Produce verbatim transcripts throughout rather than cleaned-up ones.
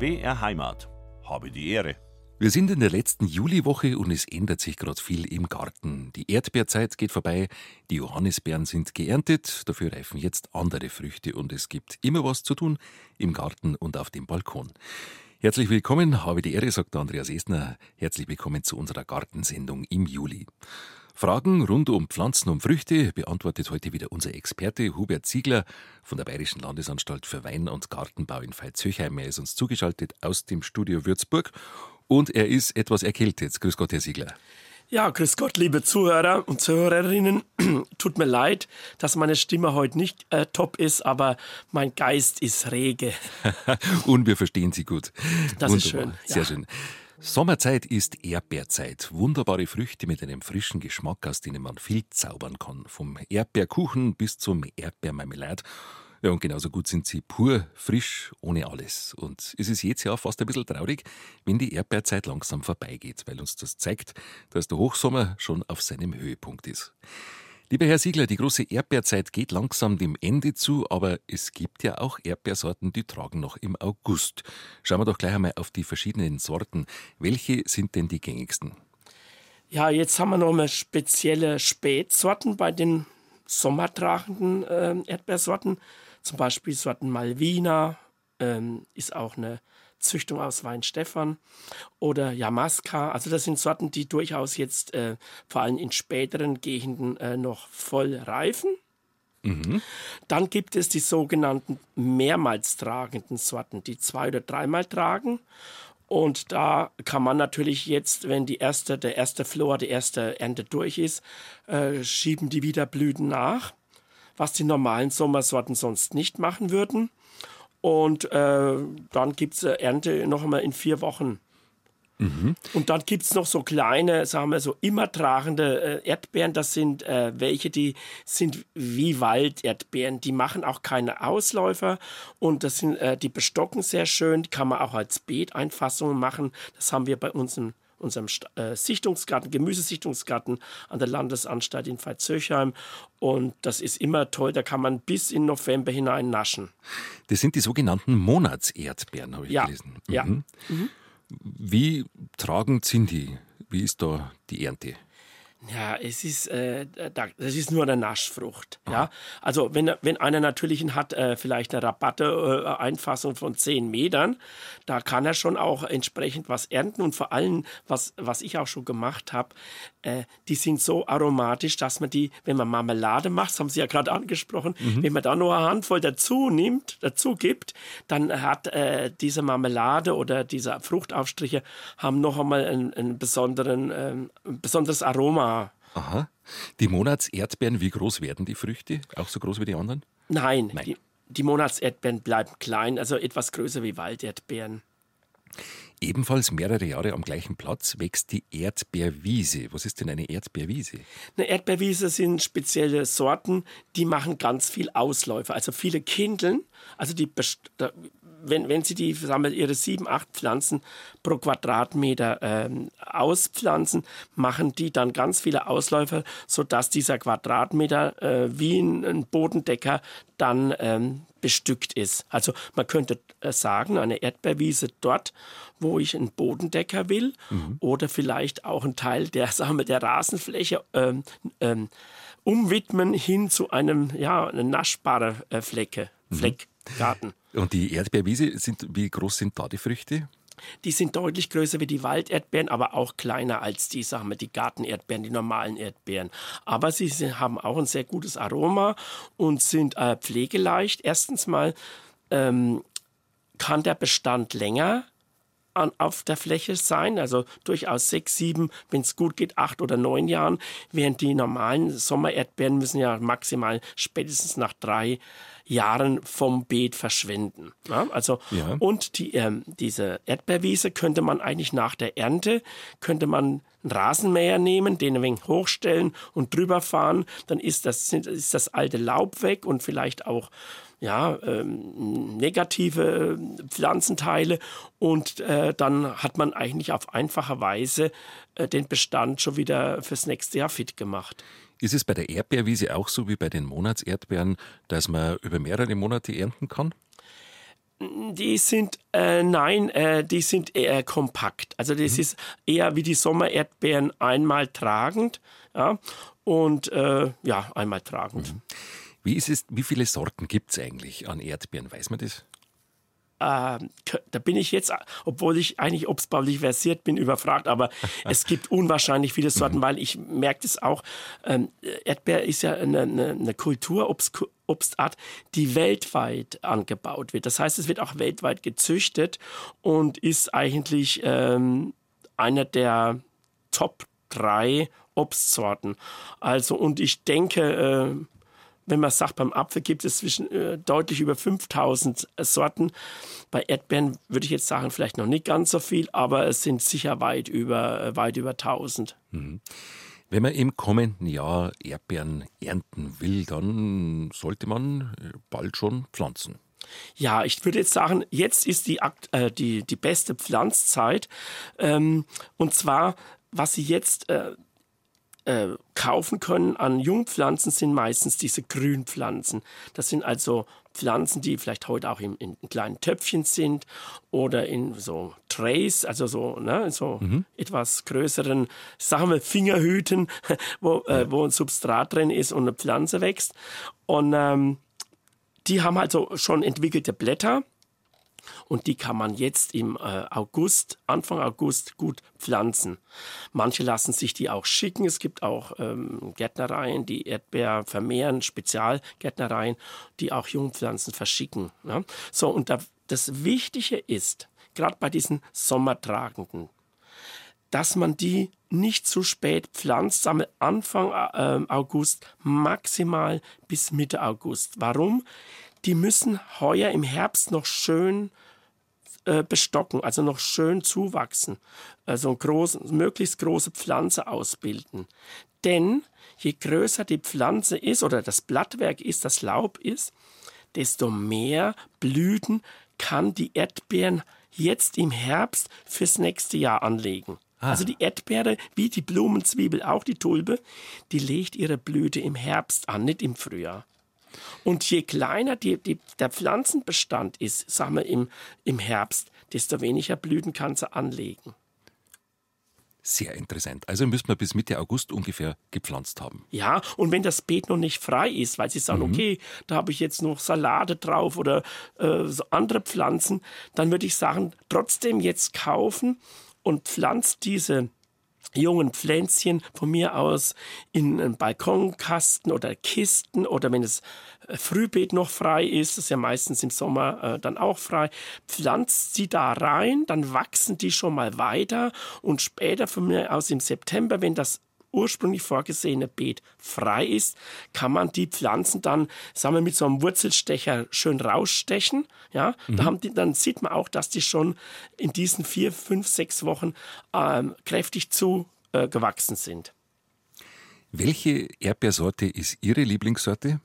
B R Heimat. Habe die Ehre. Wir sind in der letzten Juliwoche und es ändert sich gerade viel im Garten. Die Erdbeerzeit geht vorbei, die Johannisbeeren sind geerntet, dafür reifen jetzt andere Früchte und es gibt immer was zu tun im Garten und auf dem Balkon. Herzlich willkommen, habe die Ehre, sagt der Andreas Estner. Herzlich willkommen zu unserer Gartensendung im Juli. Fragen rund um Pflanzen und Früchte beantwortet heute wieder unser Experte Hubert Ziegler von der Bayerischen Landesanstalt für Wein- und Gartenbau in Veitshöchheim. Er ist uns zugeschaltet aus dem Studio Würzburg und er ist etwas erkältet. Grüß Gott, Herr Ziegler. Ja, grüß Gott, liebe Zuhörer und Zuhörerinnen. Tut mir leid, dass meine Stimme heute nicht äh, top ist, aber mein Geist ist rege. Und wir verstehen Sie gut. Das Wunderbar. ist schön. Ja. Sehr schön. Sommerzeit ist Erdbeerzeit. Wunderbare Früchte mit einem frischen Geschmack, aus denen man viel zaubern kann. Vom Erdbeerkuchen bis zum Erdbeermarmelade. Ja, und genauso gut sind sie pur, frisch, ohne alles. Und es ist jedes Jahr fast ein bisschen traurig, wenn die Erdbeerzeit langsam vorbeigeht, weil uns das zeigt, dass der Hochsommer schon auf seinem Höhepunkt ist. Lieber Herr Ziegler, die große Erdbeerzeit geht langsam dem Ende zu, aber es gibt ja auch Erdbeersorten, die tragen noch im August. Schauen wir doch gleich einmal auf die verschiedenen Sorten. Welche sind denn die gängigsten? Ja, jetzt haben wir noch mal spezielle Spätsorten bei den sommertragenden äh, Erdbeersorten. Zum Beispiel Sorten Malvina, ähm, ist auch eine Züchtung aus Weinstefan, oder Yamaska. Also das sind Sorten, die durchaus jetzt äh, vor allem in späteren Gegenden äh, noch voll reifen. Mhm. Dann gibt es die sogenannten mehrmals tragenden Sorten, die zwei- oder dreimal tragen. Und da kann man natürlich jetzt, wenn die erste, der erste Flor, die erste Ernte durch ist, äh, schieben die wieder Blüten nach, was die normalen Sommersorten sonst nicht machen würden. Und äh, dann gibt es Ernte noch einmal in vier Wochen. Mhm. Und dann gibt es noch so kleine, sagen wir so, immer tragende äh, Erdbeeren. Das sind äh, welche, die sind wie Walderdbeeren. Die machen auch keine Ausläufer und das sind, äh, die bestocken sehr schön. Die kann man auch als Beeteinfassungen machen. Das haben wir bei uns in unserem äh, Sichtungsgarten, Gemüsesichtungsgarten an der Landesanstalt in Veitshöchheim. Und das ist immer toll, da kann man bis in November hinein naschen. Das sind die sogenannten Monatserdbeeren, habe ich ja. gelesen. Mhm. Ja. Mhm. Wie tragend sind die? Wie ist da die Ernte? Ja, es ist, äh, das ist nur eine Naschfrucht. Ja? Also wenn, wenn einer natürlich hat, äh, vielleicht eine Rabatte-Einfassung von zehn Metern, da kann er schon auch entsprechend was ernten. Und vor allem, was, was ich auch schon gemacht habe, äh, die sind so aromatisch, dass man die, wenn man Marmelade macht, das haben Sie ja gerade angesprochen, mhm. wenn man da nur eine Handvoll dazu nimmt, dazu gibt, dann hat äh, diese Marmelade oder diese Fruchtaufstriche haben noch einmal einen, einen besonderen, äh, ein besonderes Aroma. Aha. Die Monatserdbeeren, wie groß werden die Früchte? Auch so groß wie die anderen? Nein, Nein. Die, die Monatserdbeeren bleiben klein, also etwas größer wie Walderdbeeren. Ebenfalls mehrere Jahre am gleichen Platz wächst die Erdbeerwiese. Was ist denn eine Erdbeerwiese? Eine Erdbeerwiese sind spezielle Sorten, die machen ganz viel Ausläufer, also viele Kindeln. Also die, wenn, wenn Sie die, sagen wir, Ihre sieben, acht Pflanzen pro Quadratmeter ähm, auspflanzen, machen die dann ganz viele Ausläufer, sodass dieser Quadratmeter äh, wie ein, ein Bodendecker dann ähm, bestückt ist. Also man könnte äh, sagen, eine Erdbeerwiese dort, wo ich einen Bodendecker will, mhm. oder vielleicht auch einen Teil der, sagen wir, der Rasenfläche ähm, ähm, umwidmen hin zu einem, ja, eine naschbare äh, Flecke, mhm. Fleckgarten. Und die Erdbeerwiese, sind, wie groß sind da die Früchte? Die sind deutlich größer wie die Walderdbeeren, aber auch kleiner als die, sagen wir, die Gartenerdbeeren, die normalen Erdbeeren. Aber sie haben auch ein sehr gutes Aroma und sind äh, pflegeleicht. Erstens mal ähm, kann der Bestand länger an, auf der Fläche sein, also durchaus sechs, sieben, wenn es gut geht, acht oder neun Jahren, während die normalen Sommererdbeeren müssen ja maximal spätestens nach drei Jahren vom Beet verschwinden. Ja, also, ja. Und die, ähm, diese Erdbeerwiese könnte man eigentlich nach der Ernte, könnte man einen Rasenmäher nehmen, den ein wenig hochstellen und drüber fahren, dann ist das, ist das alte Laub weg und vielleicht auch ja, ähm, negative Pflanzenteile und äh, dann hat man eigentlich auf einfache Weise äh, den Bestand schon wieder fürs nächste Jahr fit gemacht. Ist es bei der Erdbeerwiese auch so wie bei den Monatserdbeeren, dass man über mehrere Monate ernten kann? Die sind, äh, nein, äh, die sind eher kompakt. Also das mhm. ist eher wie die Sommererdbeeren einmal tragend, ja, und äh, ja, einmal tragend. Mhm. Wie ist es, wie viele Sorten gibt es eigentlich an Erdbeeren? Weiß man das? Äh, da bin ich jetzt, obwohl ich eigentlich obstbaulich versiert bin, überfragt, aber es gibt unwahrscheinlich viele Sorten, mhm. weil ich merke das auch, ähm, Erdbeer ist ja eine, eine, eine Kulturobstart, die weltweit angebaut wird. Das heißt, es wird auch weltweit gezüchtet und ist eigentlich ähm, einer der Top drei Obstsorten. Also, und ich denke, äh, wenn man sagt, beim Apfel gibt es zwischen äh, deutlich über fünftausend Sorten. Bei Erdbeeren würde ich jetzt sagen, vielleicht noch nicht ganz so viel, aber es sind sicher weit über, äh, weit über tausend. Mhm. Wenn man im kommenden Jahr Erdbeeren ernten will, dann sollte man bald schon pflanzen. Ja, ich würde jetzt sagen, jetzt ist die, äh, die, die beste Pflanzzeit. Ähm, und zwar, was Sie jetzt Äh, Äh, kaufen können an Jungpflanzen, sind meistens diese Grünpflanzen. Das sind also Pflanzen, die vielleicht heute auch in, in kleinen Töpfchen sind oder in so Trays, also so, ne, so mhm. etwas größeren, sagen wir Fingerhüten, wo, ja. äh, wo ein Substrat drin ist und eine Pflanze wächst. Und ähm, die haben also schon entwickelte Blätter. Und die kann man jetzt im äh, August, Anfang August gut pflanzen. Manche lassen sich die auch schicken. Es gibt auch ähm, Gärtnereien, die Erdbeer vermehren, Spezialgärtnereien, die auch Jungpflanzen verschicken. Ja? So, und da, das Wichtige ist, gerade bei diesen Sommertragenden, dass man die nicht zu spät pflanzt, sagen wir Anfang äh, August, maximal bis Mitte August. Warum? Die müssen heuer im Herbst noch schön äh, bestocken, also noch schön zuwachsen, also eine groß, möglichst große Pflanze ausbilden. Denn je größer die Pflanze ist oder das Blattwerk ist, das Laub ist, desto mehr Blüten kann die Erdbeeren jetzt im Herbst fürs nächste Jahr anlegen. Ah. Also die Erdbeere, wie die Blumenzwiebel, auch die Tulpe, die legt ihre Blüte im Herbst an, nicht im Frühjahr. Und je kleiner die, die, der Pflanzenbestand ist, sagen wir im, im Herbst, desto weniger Blüten kann sie anlegen. Sehr interessant. Also müssen wir bis Mitte August ungefähr gepflanzt haben. Ja, und wenn das Beet noch nicht frei ist, weil Sie sagen, mhm. okay, da habe ich jetzt noch Salate drauf oder äh, so andere Pflanzen, dann würde ich sagen, trotzdem jetzt kaufen und pflanzt diese jungen Pflänzchen von mir aus in einen Balkonkasten oder Kisten oder wenn das Frühbeet noch frei ist, das ist ja meistens im Sommer äh, dann auch frei, pflanzt sie da rein, dann wachsen die schon mal weiter und später von mir aus im September, wenn das ursprünglich vorgesehene Beet frei ist, kann man die Pflanzen dann, sagen wir, mit so einem Wurzelstecher schön rausstechen. Ja? Mhm. Da haben die, dann sieht man auch, dass die schon in diesen vier, fünf, sechs Wochen ähm, kräftig zu äh, gewachsen sind. Welche Erdbeersorte ist Ihre Lieblingssorte?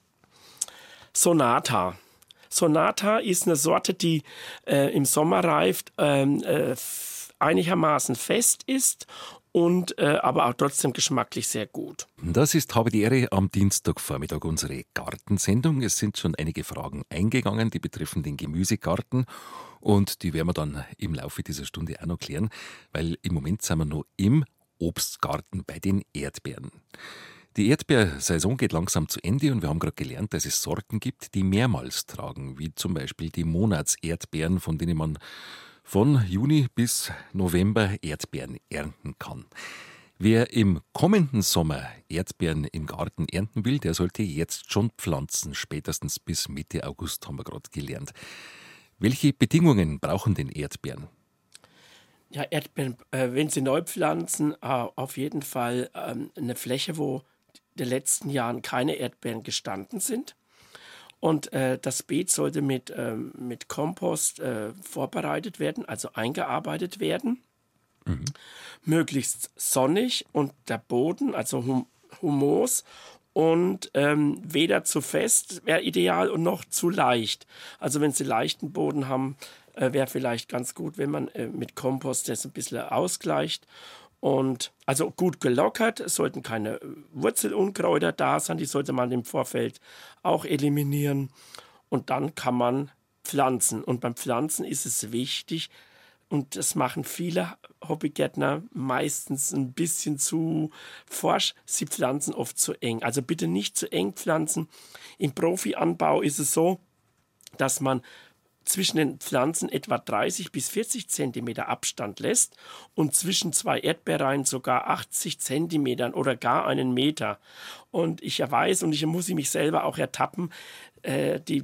Sonata. Sonata ist eine Sorte, die äh, im Sommer reift, ähm, äh, einigermaßen fest ist und äh, aber auch trotzdem geschmacklich sehr gut. Das ist Habe die Ehre am Dienstagvormittag unsere Gartensendung. Es sind schon einige Fragen eingegangen, die betreffen den Gemüsegarten und die werden wir dann im Laufe dieser Stunde auch noch klären, weil im Moment sind wir noch im Obstgarten bei den Erdbeeren. Die Erdbeersaison geht langsam zu Ende und wir haben gerade gelernt, dass es Sorten gibt, die mehrmals tragen, wie zum Beispiel die Monatserdbeeren, von denen man von Juni bis November Erdbeeren ernten kann. Wer im kommenden Sommer Erdbeeren im Garten ernten will, der sollte jetzt schon pflanzen, spätestens bis Mitte August, haben wir gerade gelernt. Welche Bedingungen brauchen denn Erdbeeren? Ja, Erdbeeren, äh, wenn Sie neu pflanzen, äh, auf jeden Fall ähm, eine Fläche, wo in den letzten Jahren keine Erdbeeren gestanden sind. Und äh, das Beet sollte mit, ähm, mit Kompost äh, vorbereitet werden, also eingearbeitet werden. Mhm. Möglichst sonnig und der Boden, also hum Humus und ähm, weder zu fest, wäre ideal, und noch zu leicht. Also wenn Sie leichten Boden haben, äh, wäre vielleicht ganz gut, wenn man äh, mit Kompost das ein bisschen ausgleicht. Und also gut gelockert, es sollten keine Wurzelunkräuter da sein, die sollte man im Vorfeld auch eliminieren. Und dann kann man Pflanzen. Und beim Pflanzen ist es wichtig, und das machen viele Hobbygärtner meistens ein bisschen zu forsch. Sie pflanzen oft zu eng. Also bitte nicht zu eng pflanzen. Im Profianbau ist es so, dass man zwischen den Pflanzen etwa dreißig bis vierzig Zentimeter Abstand lässt und zwischen zwei Erdbeerreihen sogar achtzig Zentimetern oder gar einen Meter. Und ich weiß, und ich muss mich selber auch ertappen, äh, die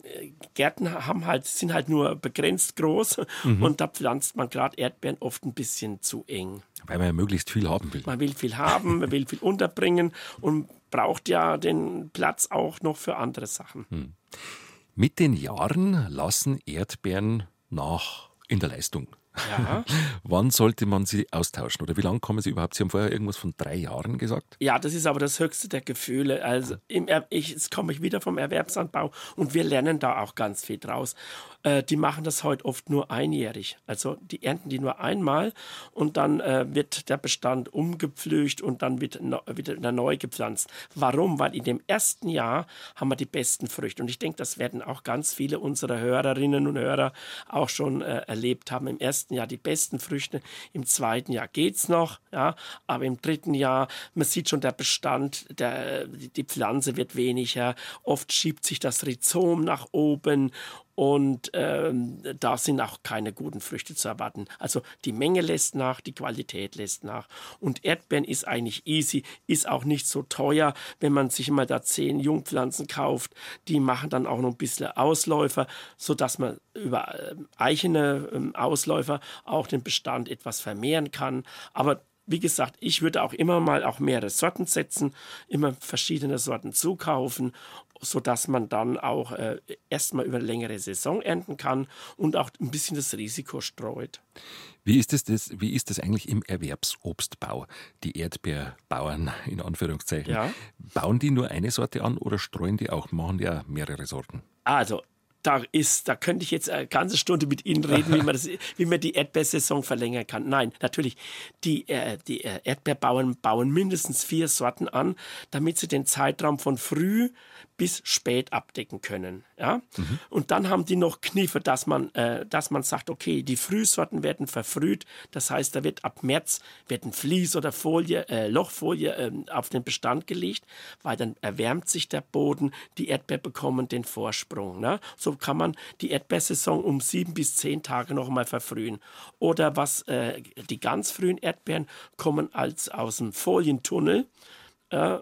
Gärten haben halt, sind halt nur begrenzt groß, mhm. und da pflanzt man gerade Erdbeeren oft ein bisschen zu eng. Weil man ja möglichst viel haben will. Man will viel haben, man will viel unterbringen und braucht ja den Platz auch noch für andere Sachen. Hm. Mit den Jahren lassen Erdbeeren nach in der Leistung. Ja. Wann sollte man sie austauschen? Oder wie lange kommen sie überhaupt? Sie haben vorher irgendwas von drei Jahren gesagt. Ja, das ist aber das höchste der Gefühle. Also im er- ich, jetzt komme ich wieder vom Erwerbsanbau und wir lernen da auch ganz viel draus. Äh, die machen das heute oft nur einjährig. Also die ernten die nur einmal und dann äh, wird der Bestand umgepflügt und dann wird no, wieder neu gepflanzt. Warum? Weil in dem ersten Jahr haben wir die besten Früchte. Und ich denke, das werden auch ganz viele unserer Hörerinnen und Hörer auch schon äh, erlebt haben. Im ersten Jahr die besten Früchte, im zweiten Jahr geht's noch, ja, aber im dritten Jahr, man sieht schon, der Bestand, der, die Pflanze wird weniger, oft schiebt sich das Rhizom nach oben und ähm, da sind auch keine guten Früchte zu erwarten. Also die Menge lässt nach, die Qualität lässt nach. Und Erdbeeren ist eigentlich easy, ist auch nicht so teuer, wenn man sich immer da zehn Jungpflanzen kauft. Die machen dann auch noch ein bisschen Ausläufer, sodass man über äh, eigene äh, Ausläufer auch den Bestand etwas vermehren kann. Aber wie gesagt, ich würde auch immer mal auch mehrere Sorten setzen, immer verschiedene Sorten zukaufen, sodass man dann auch äh, erstmal über eine längere Saison ernten kann und auch ein bisschen das Risiko streut. Wie ist das, das, wie ist das eigentlich im Erwerbsobstbau? Die Erdbeerbauern in Anführungszeichen. Ja. Bauen die nur eine Sorte an oder streuen die auch, machen die auch mehrere Sorten? Also, da ist, da könnte ich jetzt eine ganze Stunde mit Ihnen reden, wie man, das, wie man die Erdbeersaison verlängern kann. Nein, natürlich, die, äh, die äh, Erdbeerbauern bauen mindestens vier Sorten an, damit sie den Zeitraum von früh bis spät abdecken können. Ja? Mhm. Und dann haben die noch Kniffe, dass man, äh, dass man sagt, okay, die Frühsorten werden verfrüht. Das heißt, da wird ab März wird ein Vlies oder Folie, äh, Lochfolie äh, auf den Bestand gelegt, weil dann erwärmt sich der Boden, die Erdbeeren bekommen den Vorsprung. Ne? So kann man die Erdbeersaison um sieben bis zehn Tage noch mal verfrühen. Oder was äh, die ganz frühen Erdbeeren kommen als aus dem Folientunnel, äh,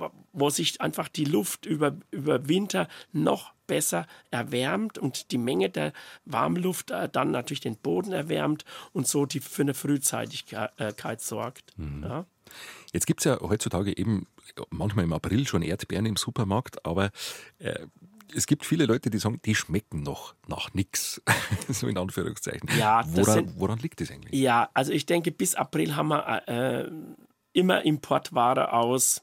wo sich einfach die Luft über, über Winter noch besser erwärmt und die Menge der Warmluft äh, dann natürlich den Boden erwärmt und so die für eine Frühzeitigkeit sorgt. Mhm. Ja. Jetzt gibt es ja heutzutage eben manchmal im April schon Erdbeeren im Supermarkt, aber äh, es gibt viele Leute, die sagen, die schmecken noch nach nichts, so in Anführungszeichen. Ja, woran, sind, woran liegt das eigentlich? Ja, also ich denke, bis April haben wir äh, immer Importware aus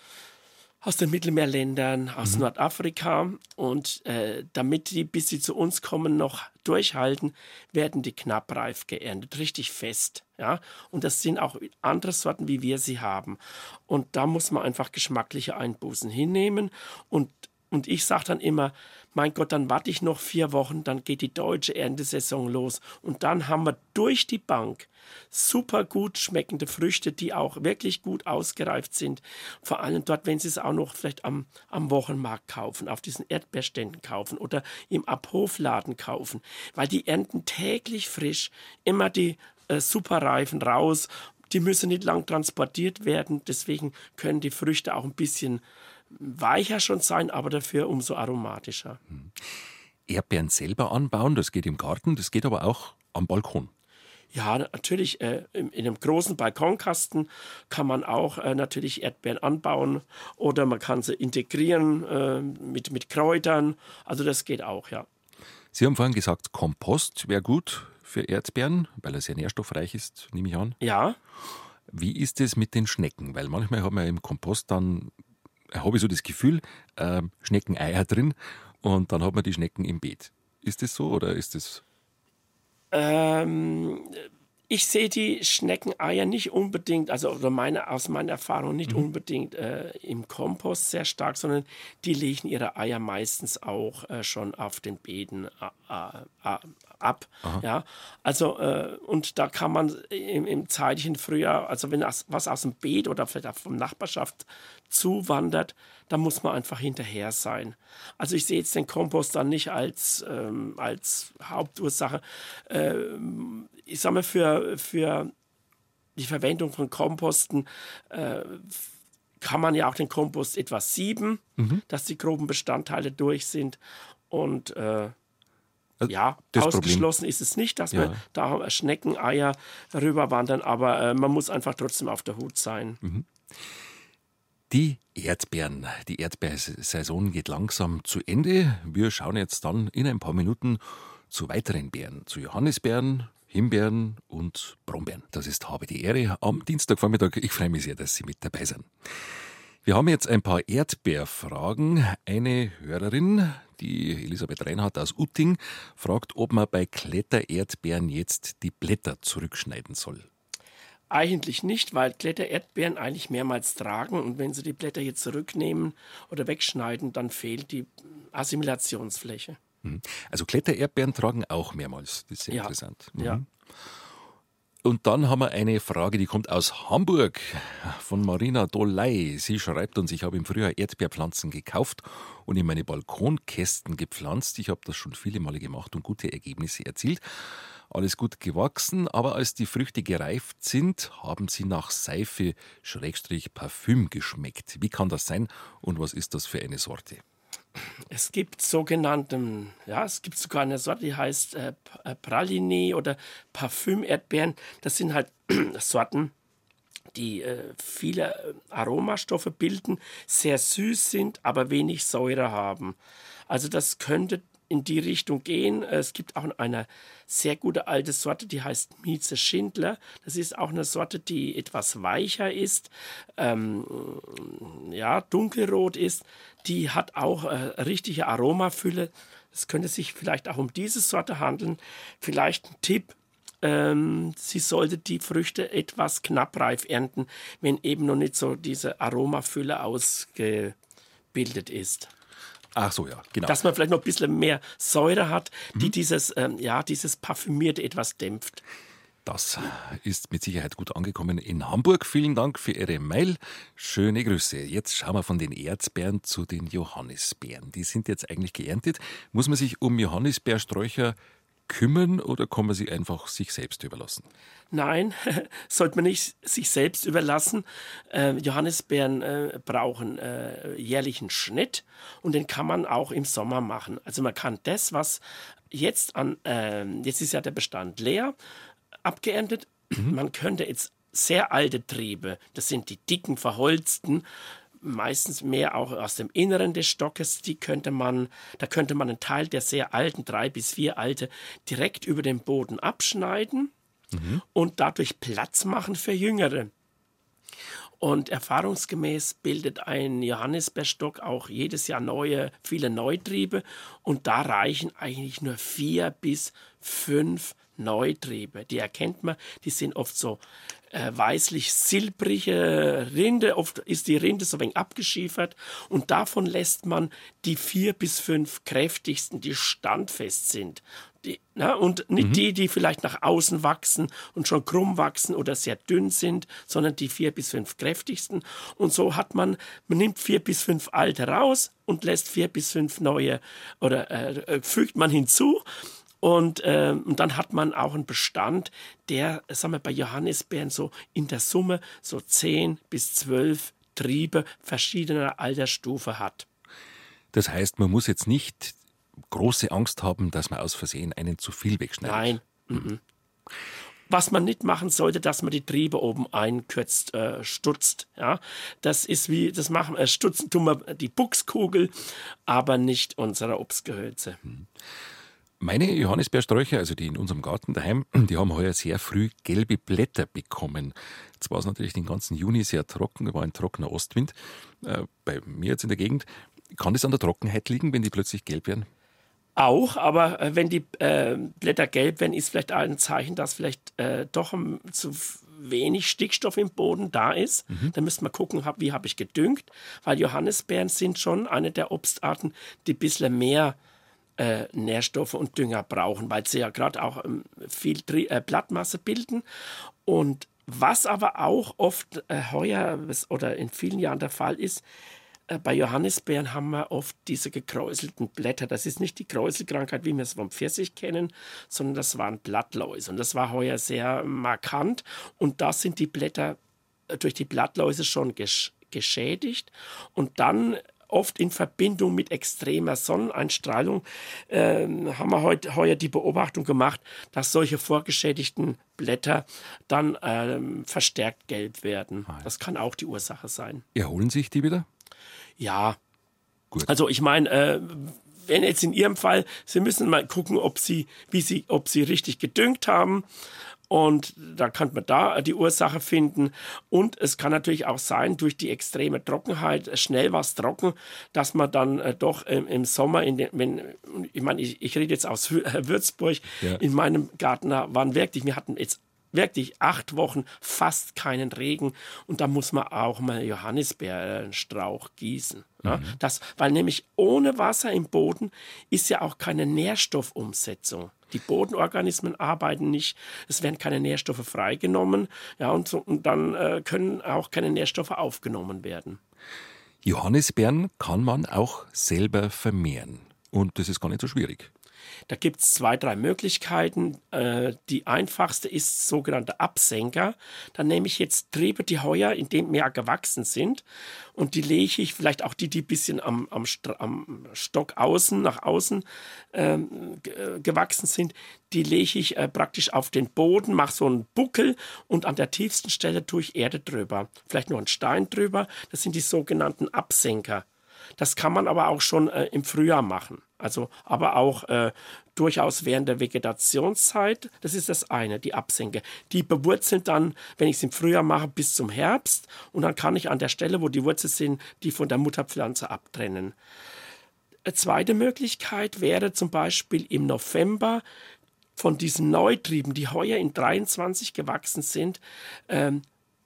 aus den Mittelmeerländern, aus mhm. Nordafrika. Und äh, damit die, bis sie zu uns kommen, noch durchhalten, werden die knappreif geerntet, richtig fest. Ja? Und das sind auch andere Sorten, wie wir sie haben. Und da muss man einfach geschmackliche Einbußen hinnehmen. Und, und ich sage dann immer, mein Gott, dann warte ich noch vier Wochen, dann geht die deutsche Erntesaison los. Und dann haben wir durch die Bank super gut schmeckende Früchte, die auch wirklich gut ausgereift sind. Vor allem dort, wenn Sie es auch noch vielleicht am, am Wochenmarkt kaufen, auf diesen Erdbeerständen kaufen oder im Abhofladen kaufen. Weil die ernten täglich frisch immer die äh, Superreifen raus. Die müssen nicht lang transportiert werden. Deswegen können die Früchte auch ein bisschen weicher schon sein, aber dafür umso aromatischer. Erdbeeren selber anbauen, das geht im Garten, das geht aber auch am Balkon. Ja, natürlich, äh, in, in einem großen Balkonkasten kann man auch äh, natürlich Erdbeeren anbauen oder man kann sie integrieren äh, mit, mit Kräutern. Also das geht auch, ja. Sie haben vorhin gesagt, Kompost wäre gut für Erdbeeren, weil er sehr nährstoffreich ist, nehme ich an. Ja. Wie ist es mit den Schnecken? Weil manchmal haben wir im Kompost dann, habe ich so das Gefühl, äh, Schneckeneier drin und dann hat man die Schnecken im Beet. Ist das so oder ist das... Ähm, Ich sehe die Schneckeneier nicht unbedingt, also oder meine, aus meiner Erfahrung nicht mhm. unbedingt äh, im Kompost sehr stark, sondern die legen ihre Eier meistens auch äh, schon auf den Beeten äh, äh, ab. Ja? Also, äh, und da kann man im, im zeitlichen Frühjahr, also wenn das, was aus dem Beet oder vielleicht auch vom Nachbarschaft zuwandert, da muss man einfach hinterher sein. Also ich sehe jetzt den Kompost dann nicht als, ähm, als Hauptursache. Äh, ich sage mal, für, für die Verwendung von Komposten äh, kann man ja auch den Kompost etwas sieben, mhm. dass die groben Bestandteile durch sind. Und äh, also ja, ausgeschlossen Problem. Ist es nicht, dass ja. wir da Schneckeneier rüberwandern, aber äh, man muss einfach trotzdem auf der Hut sein. Mhm. Die Erdbeeren, die Erdbeersaison geht langsam zu Ende. Wir schauen jetzt dann in ein paar Minuten zu weiteren Beeren, zu Johannisbeeren, Himbeeren und Brombeeren. Das ist Habe die Ehre am Dienstagvormittag. Ich freue mich sehr, dass Sie mit dabei sind. Wir haben jetzt ein paar Erdbeerfragen. Eine Hörerin, die Elisabeth Reinhardt aus Utting, fragt, ob man bei Klettererdbeeren jetzt die Blätter zurückschneiden soll. Eigentlich nicht, weil Klettererdbeeren eigentlich mehrmals tragen und wenn sie die Blätter jetzt zurücknehmen oder wegschneiden, dann fehlt die Assimilationsfläche. Also Klettererdbeeren tragen auch mehrmals, das ist sehr ja. interessant. Mhm. Ja. Und dann haben wir eine Frage, die kommt aus Hamburg von Marina Doley. Sie schreibt uns, ich habe im Frühjahr Erdbeerpflanzen gekauft und in meine Balkonkästen gepflanzt. Ich habe das schon viele Male gemacht und gute Ergebnisse erzielt. Alles gut gewachsen, aber als die Früchte gereift sind, haben sie nach Seife Schrägstrich Parfüm geschmeckt. Wie kann das sein und was ist das für eine Sorte? Es gibt sogenannte, ja, es gibt sogar eine Sorte, die heißt äh, Praline oder Parfüm-Erdbeeren. Das sind halt Sorten, die äh, viele Aromastoffe bilden, sehr süß sind, aber wenig Säure haben. Also das könnte in die Richtung gehen. Es gibt auch eine sehr gute alte Sorte, die heißt Mieze Schindler. Das ist auch eine Sorte, die etwas weicher ist, ähm, ja, dunkelrot ist. Die hat auch äh, richtige Aromafülle. Es könnte sich vielleicht auch um diese Sorte handeln. Vielleicht ein Tipp. Ähm, sie sollte die Früchte etwas knappreif ernten, wenn eben noch nicht so diese Aromafülle ausgebildet ist. Ach so, ja, genau. Dass man vielleicht noch ein bisschen mehr Säure hat, die mhm. dieses, ähm, ja, dieses Parfümierte etwas dämpft. Das ist mit Sicherheit gut angekommen in Hamburg. Vielen Dank für Ihre Mail. Schöne Grüße. Jetzt schauen wir von den Erdbeeren zu den Johannisbeeren. Die sind jetzt eigentlich geerntet. Muss man sich um Johannisbeersträucher kümmern oder kann man sie einfach sich selbst überlassen? Nein, sollte man nicht sich selbst überlassen. Äh, Johannisbeeren äh, brauchen äh, jährlichen Schnitt und den kann man auch im Sommer machen. Also man kann das, was jetzt an, äh, jetzt ist ja der Bestand leer, abgeerntet. Mhm. Man könnte jetzt sehr alte Triebe, das sind die dicken, verholzten, meistens mehr auch aus dem Inneren des Stockes, die könnte man, da könnte man einen Teil der sehr alten, drei bis vier alte, direkt über den Boden abschneiden. Mhm. Und dadurch Platz machen für Jüngere. Und erfahrungsgemäß bildet ein Johannisbeerstock auch jedes Jahr neue, viele Neutriebe. Und da reichen eigentlich nur vier bis fünf Neutriebe. Die erkennt man, die sind oft so äh, weißlich-silbrige Rinde. Oft ist die Rinde so ein wenig abgeschiefert. Und davon lässt man die vier bis fünf kräftigsten, die standfest sind. Die, na, und nicht mhm. die, die vielleicht nach außen wachsen und schon krumm wachsen oder sehr dünn sind, sondern die vier bis fünf kräftigsten. Und so hat man, man nimmt vier bis fünf alte raus und lässt vier bis fünf neue oder äh, fügt man hinzu. Und, äh, und dann hat man auch einen Bestand, der, sagen wir, bei Johannisbeeren so in der Summe so zehn bis zwölf Triebe verschiedener Altersstufe hat. Das heißt, man muss jetzt nicht große Angst haben, dass man aus Versehen einen zu viel wegschneidet. Nein. Mhm. Was man nicht machen sollte, dass man die Triebe oben einkürzt, äh, stutzt. Ja? Das ist wie, das machen, äh, stutzen tun wir die Buchskugel, aber nicht unsere Obstgehölze. Meine Johannisbeersträucher, also die in unserem Garten daheim, die haben heuer sehr früh gelbe Blätter bekommen. Jetzt war es natürlich den ganzen Juni sehr trocken, da war ein trockener Ostwind. Äh, bei mir jetzt in der Gegend. Kann das an der Trockenheit liegen, wenn die plötzlich gelb werden? Auch, aber äh, wenn die äh, Blätter gelb werden, ist vielleicht ein Zeichen, dass vielleicht äh, doch um, zu wenig Stickstoff im Boden da ist. Mhm. Dann müsste man gucken, hab, wie habe ich gedüngt, weil Johannisbeeren sind schon eine der Obstarten, die ein bisschen mehr äh, Nährstoffe und Dünger brauchen, weil sie ja gerade auch ähm, viel Tri- äh, Blattmasse bilden. Und was aber auch oft äh, heuer oder in vielen Jahren der Fall ist, bei Johannisbeeren haben wir oft diese gekräuselten Blätter. Das ist nicht die Kräuselkrankheit, wie wir es vom Pfirsich kennen, sondern das waren Blattläuse. Und das war heuer sehr markant. Und da sind die Blätter durch die Blattläuse schon gesch- geschädigt. Und dann oft in Verbindung mit extremer Sonneneinstrahlung äh, haben wir heut, heuer die Beobachtung gemacht, dass solche vorgeschädigten Blätter dann äh, verstärkt gelb werden. Das kann auch die Ursache sein. Erholen sich die wieder? Ja, gut. Also ich meine, äh, wenn jetzt in Ihrem Fall, Sie müssen mal gucken, ob Sie, wie Sie, ob Sie richtig gedüngt haben. Und da kann man da die Ursache finden. Und es kann natürlich auch sein, durch die extreme Trockenheit, schnell was trocken, dass man dann äh, doch im, im Sommer, in den, wenn, ich meine, ich, ich rede jetzt aus Würzburg, ja. In meinem Garten waren wirklich, wir hatten jetzt wirklich acht Wochen fast keinen Regen und da muss man auch mal Johannisbeerenstrauch gießen. Ja? Mhm. Das, weil nämlich ohne Wasser im Boden ist ja auch keine Nährstoffumsetzung. Die Bodenorganismen arbeiten nicht, es werden keine Nährstoffe freigenommen, ja, und, so, und dann äh, können auch keine Nährstoffe aufgenommen werden. Johannisbeeren kann man auch selber vermehren und das ist gar nicht so schwierig. Da gibt es zwei, drei Möglichkeiten. Äh, die einfachste ist sogenannte Absenker. Da nehme ich jetzt Triebe, die heuer in dem Jahr gewachsen sind und die lege ich, vielleicht auch die, die ein bisschen am, am, am Stock außen, nach außen ähm, g- gewachsen sind, die lege ich äh, praktisch auf den Boden, mache so einen Buckel und an der tiefsten Stelle tue ich Erde drüber. Vielleicht nur einen Stein drüber. Das sind die sogenannten Absenker. Das kann man aber auch schon äh, im Frühjahr machen. Also, aber auch äh, durchaus während der Vegetationszeit. Das ist das eine, die Absenke. Die bewurzeln dann, wenn ich es im Frühjahr mache, bis zum Herbst. Und dann kann ich an der Stelle, wo die Wurzeln sind, die von der Mutterpflanze abtrennen. Eine zweite Möglichkeit wäre zum Beispiel im November von diesen Neutrieben, die heuer in dreiundzwanzig gewachsen sind, ähm,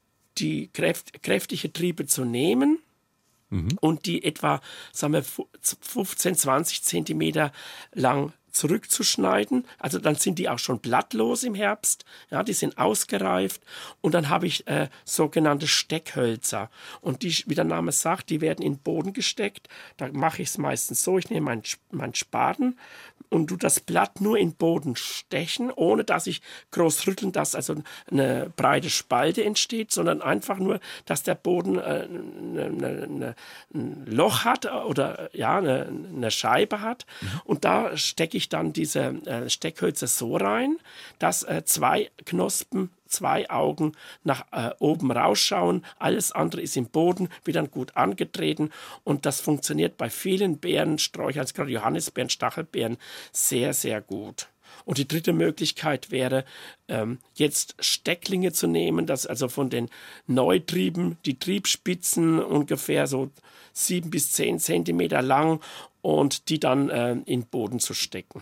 die kräft, kräftige Triebe zu nehmen. Mhm. Und die etwa, sagen wir, fünfzehn, zwanzig Zentimeter lang zurückzuschneiden. Also dann sind die auch schon blattlos im Herbst. Ja, die sind ausgereift. Und dann habe ich äh, sogenannte Steckhölzer. Und die, wie der Name sagt, die werden in den Boden gesteckt. Da mache ich es meistens so, ich nehme meinen mein Spaten und tue das Blatt nur in den Boden stechen, ohne dass ich groß rütteln, dass also eine breite Spalte entsteht, sondern einfach nur, dass der Boden äh, eine, eine, ein Loch hat oder ja, eine, eine Scheibe hat. Mhm. Und da stecke ich dann diese äh, Steckhölzer so rein, dass äh, zwei Knospen, zwei Augen nach äh, oben rausschauen. Alles andere ist im Boden, wird dann gut angetreten. Und das funktioniert bei vielen Beerensträuchern, also gerade Johannisbeeren, Stachelbeeren, sehr, sehr gut. Und die dritte Möglichkeit wäre, ähm, jetzt Stecklinge zu nehmen, dass also von den Neutrieben die Triebspitzen ungefähr so sieben bis zehn Zentimeter lang und die dann äh, in den Boden zu stecken.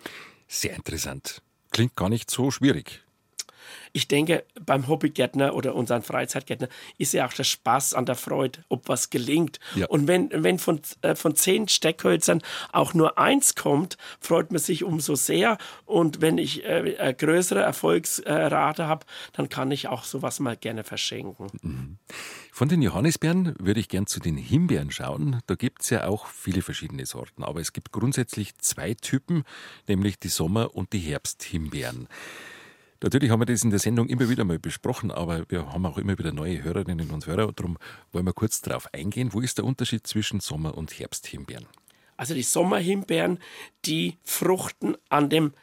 Sehr interessant. Klingt gar nicht so schwierig. Ich denke, beim Hobbygärtner oder unseren Freizeitgärtner ist ja auch der Spaß an der Freude, ob was gelingt. Ja. Und wenn, wenn von, äh, von zehn Steckhölzern auch nur eins kommt, freut man sich umso sehr. Und wenn ich äh, eine größere Erfolgsrate habe, dann kann ich auch sowas mal gerne verschenken. Mhm. Von den Johannisbeeren würde ich gern zu den Himbeeren schauen. Da gibt es ja auch viele verschiedene Sorten. Aber es gibt grundsätzlich zwei Typen, nämlich die Sommer- und die Herbsthimbeeren. Natürlich haben wir das in der Sendung immer wieder mal besprochen, aber wir haben auch immer wieder neue Hörerinnen und Hörer und darum wollen wir kurz darauf eingehen. Wo ist der Unterschied zwischen Sommer- und Herbsthimbeeren? Also die Sommerhimbeeren, die fruchten an dem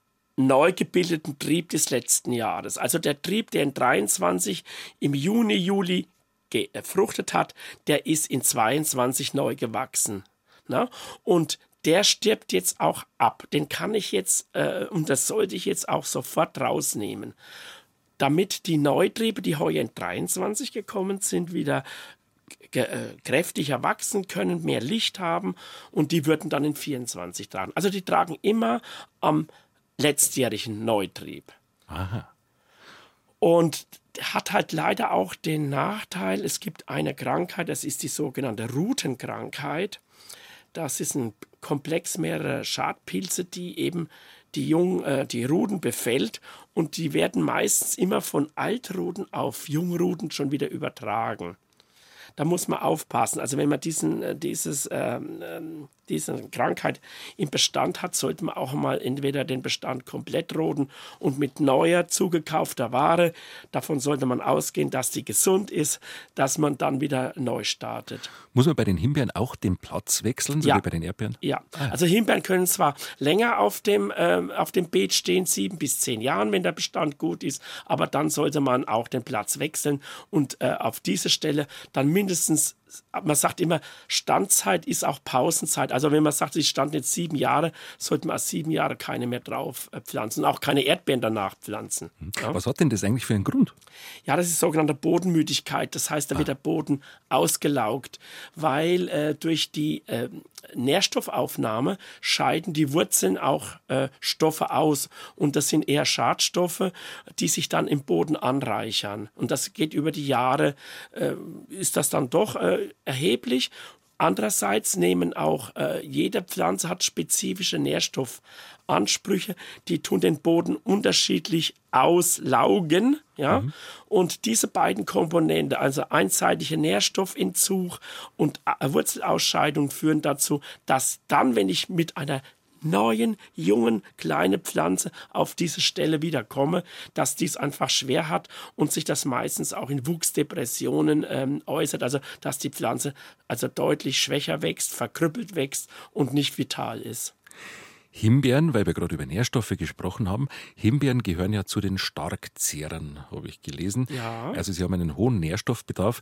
neu gebildeten Trieb des letzten Jahres. Also der Trieb, der in dreiundzwanzig im Juni, Juli gefruchtet hat, der ist in zweiundzwanzig neu gewachsen. Na? Und der stirbt jetzt auch ab. Den kann ich jetzt, äh, und das sollte ich jetzt auch sofort rausnehmen. Damit die Neutriebe, die heuer in dreiundzwanzig gekommen sind, wieder ge- äh, kräftiger wachsen können, mehr Licht haben und die würden dann in vierundzwanzig tragen. Also die tragen immer am letztjährigen Neutrieb. Aha. Und hat halt leider auch den Nachteil, es gibt eine Krankheit, das ist die sogenannte Rutenkrankheit. Das ist ein Komplex mehrerer Schadpilze, die eben die Jung, äh, die Ruden befällt und die werden meistens immer von Altruden auf Jungruden schon wieder übertragen. Da muss man aufpassen. Also wenn man diesen, dieses, ähm, diese Krankheit im Bestand hat, sollte man auch mal entweder den Bestand komplett roden und mit neuer, zugekaufter Ware, davon sollte man ausgehen, dass die gesund ist, dass man dann wieder neu startet. Muss man bei den Himbeeren auch den Platz wechseln, so Ja. wie bei den Erdbeeren? Ja, also Himbeeren können zwar länger auf dem, ähm, auf dem Beet stehen, sieben bis zehn Jahren, wenn der Bestand gut ist, aber dann sollte man auch den Platz wechseln und äh, auf diese Stelle dann mindestens, man sagt immer, Standzeit ist auch Pausenzeit. Also wenn man sagt, sie standen jetzt sieben Jahre, sollte man sieben Jahre keine mehr drauf äh, pflanzen und auch keine Erdbeeren danach pflanzen. Ja? Was hat denn das eigentlich für einen Grund? Ja, das ist sogenannte Bodenmüdigkeit. Das heißt, da wird der Boden ausgelaugt, weil äh, durch die äh, Nährstoffaufnahme scheiden die Wurzeln auch äh, Stoffe aus. Und das sind eher Schadstoffe, die sich dann im Boden anreichern. Und das geht über die Jahre, äh, ist das dann doch äh, erheblich. Andererseits nehmen auch, äh, jede Pflanze hat spezifische Nährstoffansprüche, die tun den Boden unterschiedlich auslaugen. Ja? Mhm. Und diese beiden Komponenten, also einseitiger Nährstoffeltzug und äh, Wurzelausscheidung, führen dazu, dass dann, wenn ich mit einer neuen, jungen, kleine Pflanze auf diese Stelle wiederkomme, dass dies einfach schwer hat und sich das meistens auch in Wuchsdepressionen ähm, äußert, also dass die Pflanze also deutlich schwächer wächst, verkrüppelt wächst und nicht vital ist. Himbeeren, weil wir gerade über Nährstoffe gesprochen haben, Himbeeren gehören ja zu den Starkzehrern, habe ich gelesen. Ja. Also sie haben einen hohen Nährstoffbedarf.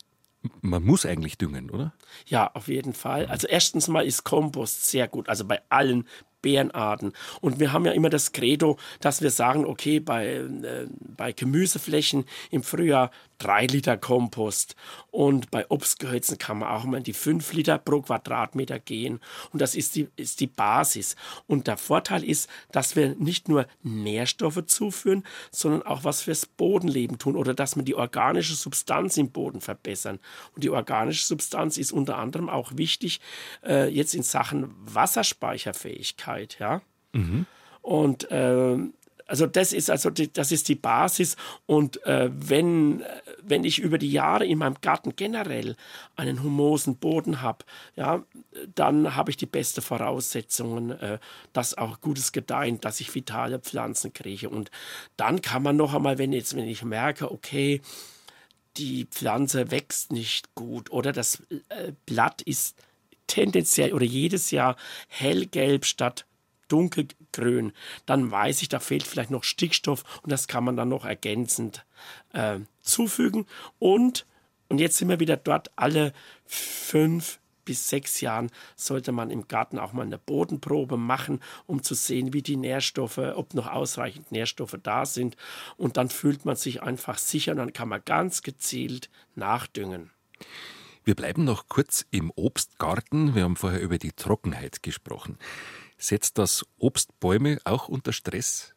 Man muss eigentlich düngen, oder? Ja, auf jeden Fall. Also erstens mal ist Kompost sehr gut, also bei allen Beerenarten. Und wir haben ja immer das Credo, dass wir sagen, okay, bei, äh, bei Gemüseflächen im Frühjahr drei Liter Kompost und bei Obstgehölzen kann man auch mal in die fünf Liter pro Quadratmeter gehen. Und das ist die, ist die Basis. Und der Vorteil ist, dass wir nicht nur Nährstoffe zuführen, sondern auch was fürs Bodenleben tun oder dass wir die organische Substanz im Boden verbessern. Und die organische Substanz ist unter anderem auch wichtig äh, jetzt in Sachen Wasserspeicherfähigkeit. Ja? Mhm. Und äh, also das ist also die, das ist die Basis. Und äh, wenn, wenn ich über die Jahre in meinem Garten generell einen humosen Boden habe, ja, dann habe ich die besten Voraussetzungen, äh, dass auch gutes Gedeihen, dass ich vitale Pflanzen kriege. Und dann kann man noch einmal, wenn jetzt, wenn ich merke, okay, die Pflanze wächst nicht gut oder das äh, Blatt ist tendenziell oder jedes Jahr hellgelb statt dunkelgrün, dann weiß ich, da fehlt vielleicht noch Stickstoff und das kann man dann noch ergänzend äh, zufügen. Und, und jetzt sind wir wieder dort, alle fünf bis sechs Jahren sollte man im Garten auch mal eine Bodenprobe machen, um zu sehen, wie die Nährstoffe, ob noch ausreichend Nährstoffe da sind. Und dann fühlt man sich einfach sicher und dann kann man ganz gezielt nachdüngen. Wir bleiben noch kurz im Obstgarten. Wir haben vorher über die Trockenheit gesprochen. Setzt das Obstbäume auch unter Stress?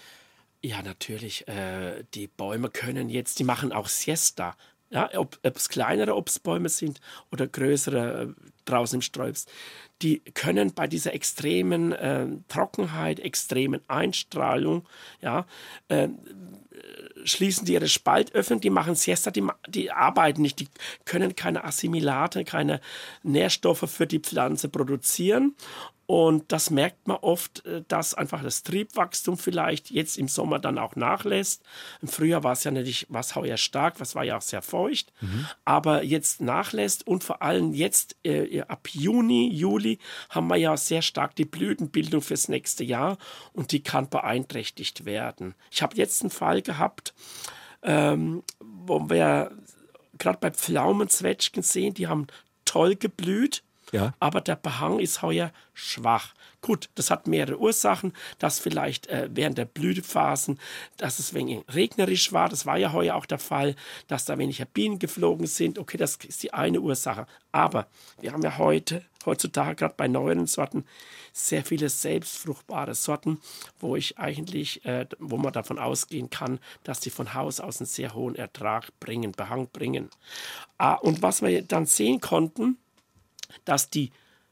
Ja, natürlich. Äh, die Bäume können jetzt, die machen auch Siesta. Ja, ob, ob es kleinere Obstbäume sind oder größere äh, draußen im Sträups. Die können bei dieser extremen äh, Trockenheit, extremen Einstrahlung, ja, äh, schließen die ihre Spaltöffnung, die machen Siesta, die, die arbeiten nicht, die können keine Assimilate, keine Nährstoffe für die Pflanze produzieren. Und das merkt man oft, dass einfach das Triebwachstum vielleicht jetzt im Sommer dann auch nachlässt. Im Frühjahr war es ja nicht, was heuer stark, was war ja auch sehr feucht, mhm. aber jetzt nachlässt und vor allem jetzt äh, ab Juni, Juli haben wir ja sehr stark die Blütenbildung fürs nächste Jahr und die kann beeinträchtigt werden. Ich habe jetzt einen Fall gehabt, ähm, wo wir gerade bei Pflaumenzwetschgen sehen, die haben toll geblüht. Ja. aber der Behang ist heuer schwach. Gut, das hat mehrere Ursachen, dass vielleicht äh, während der Blütephasen, dass es wenig regnerisch war, das war ja heuer auch der Fall, dass da weniger Bienen geflogen sind. Okay, das ist die eine Ursache. Aber wir haben ja heute, heutzutage gerade bei neueren Sorten sehr viele selbstfruchtbare Sorten, wo ich eigentlich, äh, wo man davon ausgehen kann, dass die von Haus aus einen sehr hohen Ertrag bringen, Behang bringen. Ah, und was wir dann sehen konnten, dass die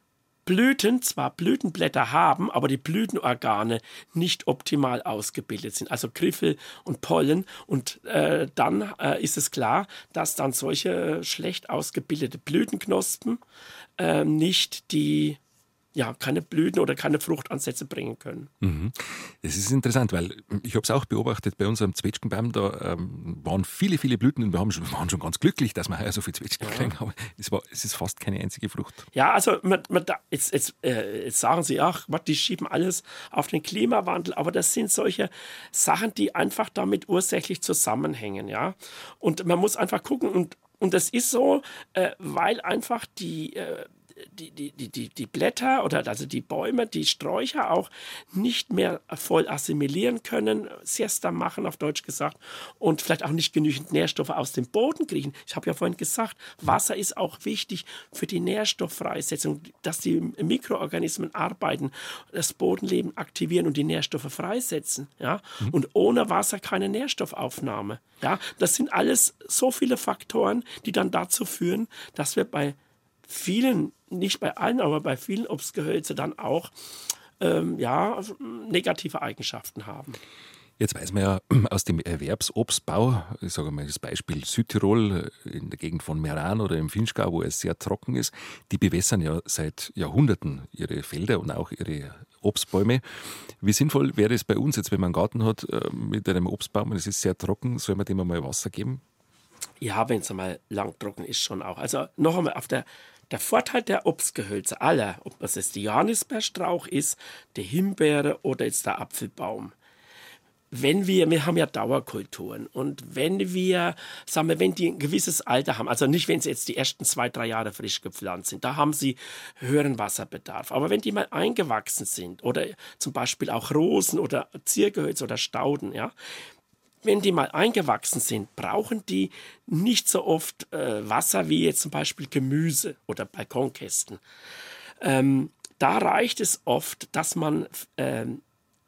Blüten zwar Blütenblätter haben, aber die Blütenorgane nicht optimal ausgebildet sind, also Griffel und Pollen. Und äh, dann äh, ist es klar, dass dann solche schlecht ausgebildete Blütenknospen äh, nicht die ja, keine Blüten oder keine Fruchtansätze bringen können. Mhm. Das ist interessant, weil ich habe es auch beobachtet, bei unserem Zwetschgenbaum, da ähm, waren viele, viele Blüten und wir haben schon, waren schon ganz glücklich, dass wir heuer so viel Zwetschgen kriegen, aber es, war, es ist fast keine einzige Frucht. Ja, also man, man, jetzt, jetzt, äh, jetzt sagen sie, ach, die schieben alles auf den Klimawandel, aber das sind solche Sachen, die einfach damit ursächlich zusammenhängen, ja. Und man muss einfach gucken und, und das ist so, äh, weil einfach die äh, Die, die, die, die Blätter oder also die Bäume, die Sträucher auch nicht mehr voll assimilieren können, Siesta machen auf Deutsch gesagt und vielleicht auch nicht genügend Nährstoffe aus dem Boden kriegen. Ich habe ja vorhin gesagt, Wasser ist auch wichtig für die Nährstofffreisetzung, dass die Mikroorganismen arbeiten, das Bodenleben aktivieren und die Nährstoffe freisetzen. Ja? Mhm. Und ohne Wasser keine Nährstoffaufnahme. Ja? Das sind alles so viele Faktoren, die dann dazu führen, dass wir bei vielen, nicht bei allen, aber bei vielen Obstgehölze dann auch ähm, ja, negative Eigenschaften haben. Jetzt weiß man ja aus dem Erwerbsobstbau, ich sage mal das Beispiel Südtirol in der Gegend von Meran oder im Vinschgau, wo es sehr trocken ist, die bewässern ja seit Jahrhunderten ihre Felder und auch ihre Obstbäume. Wie sinnvoll wäre es bei uns jetzt, wenn man einen Garten hat mit einem Obstbaum und es ist sehr trocken, soll man dem einmal Wasser geben? Ja, wenn es einmal lang trocken ist, schon auch. Also noch einmal auf der Der Vorteil der Obstgehölze aller, ob das jetzt die Johannisbeerstrauch ist, die Himbeere oder jetzt der Apfelbaum. Wenn wir, wir haben ja Dauerkulturen und wenn wir, sagen wir, wenn die ein gewisses Alter haben, also nicht, wenn sie jetzt die ersten zwei, drei Jahre frisch gepflanzt sind, da haben sie höheren Wasserbedarf. Aber wenn die mal eingewachsen sind oder zum Beispiel auch Rosen oder Ziergehölze oder Stauden, ja, wenn die mal eingewachsen sind, brauchen die nicht so oft äh, Wasser wie jetzt zum Beispiel Gemüse oder Balkonkästen. Ähm, da reicht es oft, dass man ähm,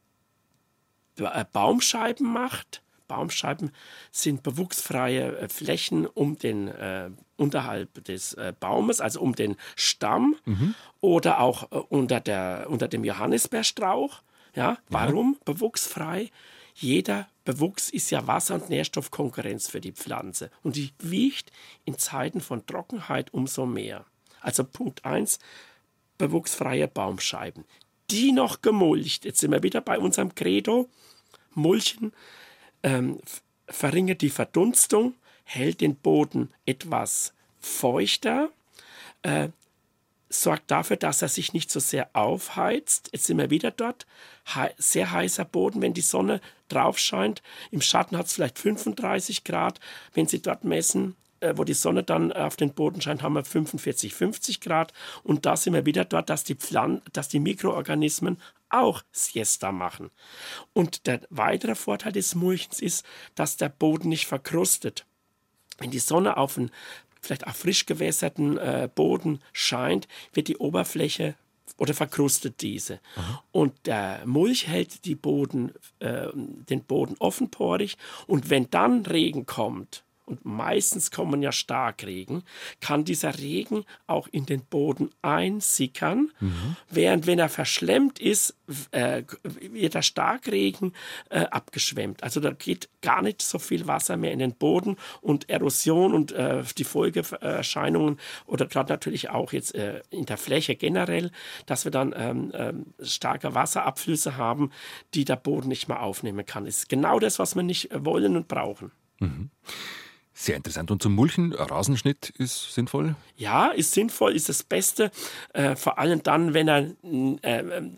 Baumscheiben macht. Baumscheiben sind bewuchsfreie äh, Flächen um den äh, unterhalb des äh, Baumes, also um den Stamm mhm. oder auch äh, unter, der, unter dem Johannisbeerstrauch. Ja, warum ja. bewuchsfrei? Jeder Bewuchs ist ja Wasser- und Nährstoffkonkurrenz für die Pflanze. Und die wiegt in Zeiten von Trockenheit umso mehr. Also Punkt eins, bewuchsfreie Baumscheiben. Die noch gemulcht, jetzt sind wir wieder bei unserem Credo, Mulchen ähm, verringert die Verdunstung, hält den Boden etwas feuchter, äh, sorgt dafür, dass er sich nicht so sehr aufheizt. Jetzt sind wir wieder dort. He- sehr heißer Boden, wenn die Sonne drauf scheint. Im Schatten hat es vielleicht fünfunddreißig Grad. Wenn Sie dort messen, äh, wo die Sonne dann auf den Boden scheint, haben wir fünfundvierzig, fünfzig Grad. Und da sind wir wieder dort, dass die, Pflan- dass die Mikroorganismen auch Siesta machen. Und der weitere Vorteil des Mulchens ist, dass der Boden nicht verkrustet. Wenn die Sonne auf einen vielleicht auch frisch gewässerten äh, Boden scheint, wird die Oberfläche oder verkrustet diese. Aha. Und der Mulch hält die Boden, äh, den Boden offenporig und wenn dann Regen kommt, und meistens kommen ja Starkregen, kann dieser Regen auch in den Boden einsickern, mhm. während wenn er verschlemmt ist, äh, wird der Starkregen äh, abgeschwemmt. Also da geht gar nicht so viel Wasser mehr in den Boden und Erosion und äh, die Folgeerscheinungen oder gerade natürlich auch jetzt äh, in der Fläche generell, dass wir dann ähm, ähm, starke Wasserabflüsse haben, die der Boden nicht mehr aufnehmen kann. Das ist genau das, was wir nicht wollen und brauchen. Mhm. Sehr interessant. Und zum Mulchen, Rasenschnitt ist sinnvoll? Ja, ist sinnvoll, ist das Beste. Äh, vor allem dann, wenn er äh,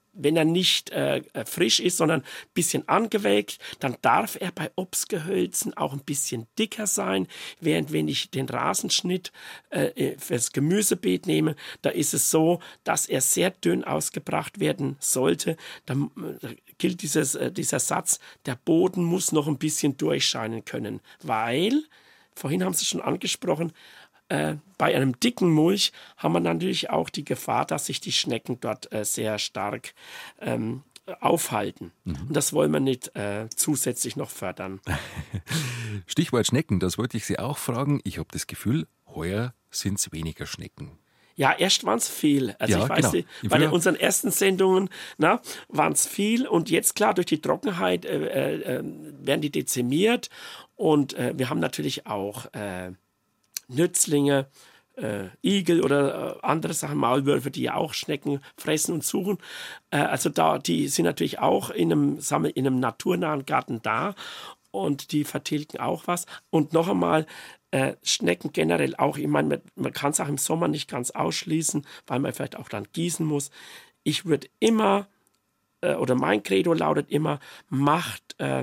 wenn er nicht äh, frisch ist, sondern ein bisschen angewelkt, dann darf er bei Obstgehölzen auch ein bisschen dicker sein, während wenn ich den Rasenschnitt äh, fürs Gemüsebeet nehme, da ist es so, dass er sehr dünn ausgebracht werden sollte. Da, da gilt dieses, äh, dieser Satz, der Boden muss noch ein bisschen durchscheinen können, weil, vorhin haben Sie schon angesprochen, Äh, bei einem dicken Mulch haben wir natürlich auch die Gefahr, dass sich die Schnecken dort äh, sehr stark ähm, aufhalten. Mhm. Und das wollen wir nicht äh, zusätzlich noch fördern. Stichwort Schnecken, das wollte ich Sie auch fragen. Ich habe das Gefühl, heuer sind es weniger Schnecken. Ja, erst waren es viel. Also ja, ich weiß genau. nicht, bei den, unseren ersten Sendungen waren es viel. Und jetzt, klar, durch die Trockenheit äh, äh, werden die dezimiert. Und äh, wir haben natürlich auch Äh, Nützlinge, äh, Igel oder äh, andere Sachen, Maulwürfe, die ja auch Schnecken fressen und suchen. Äh, also da, die sind natürlich auch in einem, sagen wir, in einem naturnahen Garten da und die vertilgen auch was. Und noch einmal, äh, Schnecken generell auch, ich meine, man, man kann es auch im Sommer nicht ganz ausschließen, weil man vielleicht auch dann gießen muss. Ich würde immer, äh, oder mein Credo lautet immer, macht äh,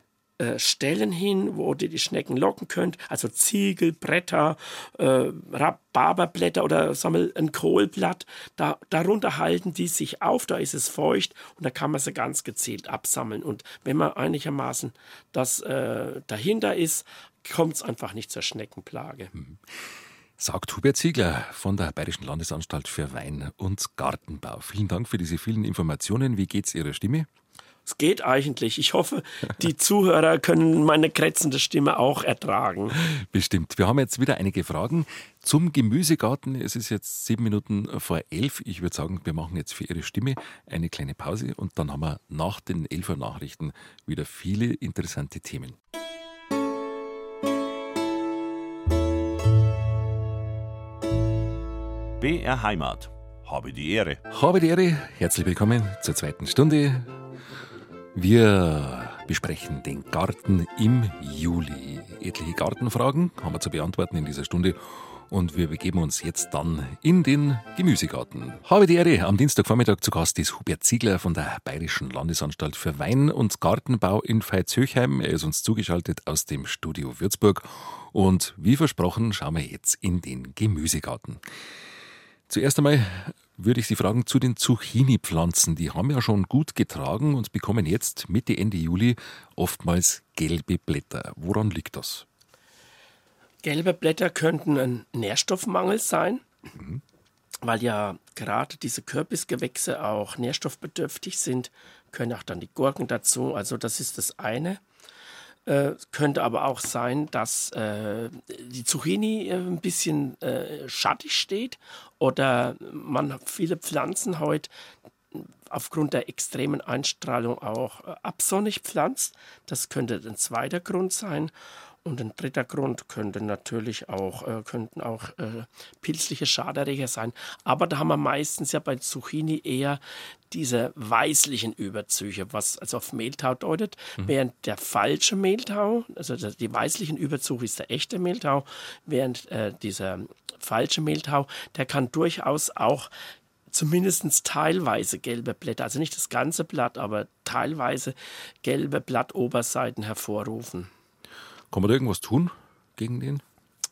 Stellen hin, wo ihr die Schnecken locken könnt, also Ziegel, Bretter, äh, Rhabarberblätter oder sagen wir, ein Kohlblatt, da, darunter halten die sich auf, da ist es feucht und da kann man sie ganz gezielt absammeln und wenn man einigermaßen das äh, dahinter ist, kommt es einfach nicht zur Schneckenplage. Hm. Sagt Hubert Ziegler von der Bayerischen Landesanstalt für Wein- und Gartenbau. Vielen Dank für diese vielen Informationen. Wie geht's Ihrer Stimme? Es geht eigentlich. Ich hoffe, die Zuhörer können meine krätzende Stimme auch ertragen. Bestimmt. Wir haben jetzt wieder einige Fragen zum Gemüsegarten. Es ist jetzt sieben Minuten vor elf. Ich würde sagen, wir machen jetzt für Ihre Stimme eine kleine Pause und dann haben wir nach den elf Uhr Nachrichten wieder viele interessante Themen. B R Heimat. Habe die Ehre. Habe die Ehre. Herzlich willkommen zur zweiten Stunde. Wir besprechen den Garten im Juli. Etliche Gartenfragen haben wir zu beantworten in dieser Stunde und wir begeben uns jetzt dann in den Gemüsegarten. Habe die Ehre, am Dienstagvormittag zu Gast ist Hubert Ziegler von der Bayerischen Landesanstalt für Wein- und Gartenbau in Veitshöchheim. Er ist uns zugeschaltet aus dem Studio Würzburg und wie versprochen schauen wir jetzt in den Gemüsegarten. Zuerst einmal würde ich Sie fragen zu den Zucchini-Pflanzen. Die haben ja schon gut getragen und bekommen jetzt Mitte, Ende Juli oftmals gelbe Blätter. Woran liegt das? Gelbe Blätter könnten ein Nährstoffmangel sein, mhm. weil ja gerade diese Kürbisgewächse auch nährstoffbedürftig sind, können auch dann die Gurken dazu. Also das ist das eine. Äh, könnte aber auch sein, dass äh, die Zucchini äh, ein bisschen äh, schattig steht oder man viele Pflanzen heute aufgrund der extremen Einstrahlung auch äh, absonnig pflanzt. Das könnte ein zweiter Grund sein. Und ein dritter Grund könnte natürlich auch, äh, könnten auch äh, pilzliche Schaderreger sein. Aber da haben wir meistens ja bei Zucchini eher diese weißlichen Überzüge, was also auf Mehltau deutet, mhm. während der falsche Mehltau, also die weißlichen Überzüge ist der echte Mehltau, während äh, dieser falsche Mehltau, der kann durchaus auch zumindest teilweise gelbe Blätter, also nicht das ganze Blatt, aber teilweise gelbe Blattoberseiten hervorrufen. Kann man da irgendwas tun gegen den?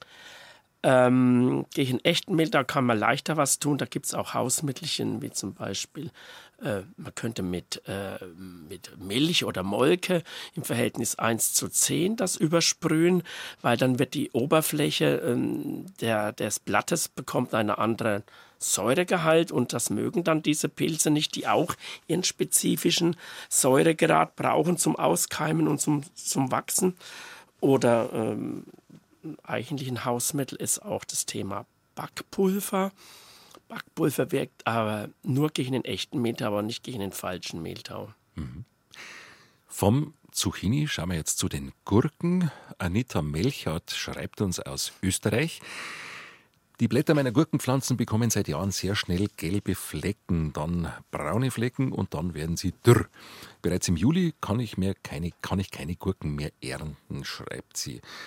Ähm, gegen echten Mehltau kann man leichter was tun. Da gibt es auch Hausmittelchen, wie zum Beispiel, äh, man könnte mit, äh, mit Milch oder Molke im Verhältnis eins zu zehn das übersprühen, weil dann wird die Oberfläche ähm, der, des Blattes bekommt einen anderen Säuregehalt und das mögen dann diese Pilze nicht, die auch ihren spezifischen Säuregrad brauchen zum Auskeimen und zum, zum Wachsen. Oder ähm, eigentlich ein Hausmittel ist auch das Thema Backpulver. Backpulver wirkt aber nur gegen den echten Mehltau, aber nicht gegen den falschen Mehltau. Mhm. Vom Zucchini schauen wir jetzt zu den Gurken. Anita Melchert schreibt uns aus Österreich. Die Blätter meiner Gurkenpflanzen bekommen seit Jahren sehr schnell gelbe Flecken, dann braune Flecken und dann werden sie dürr. Bereits im Juli kann ich, mehr keine, kann ich keine Gurken mehr ernten, schreibt sie.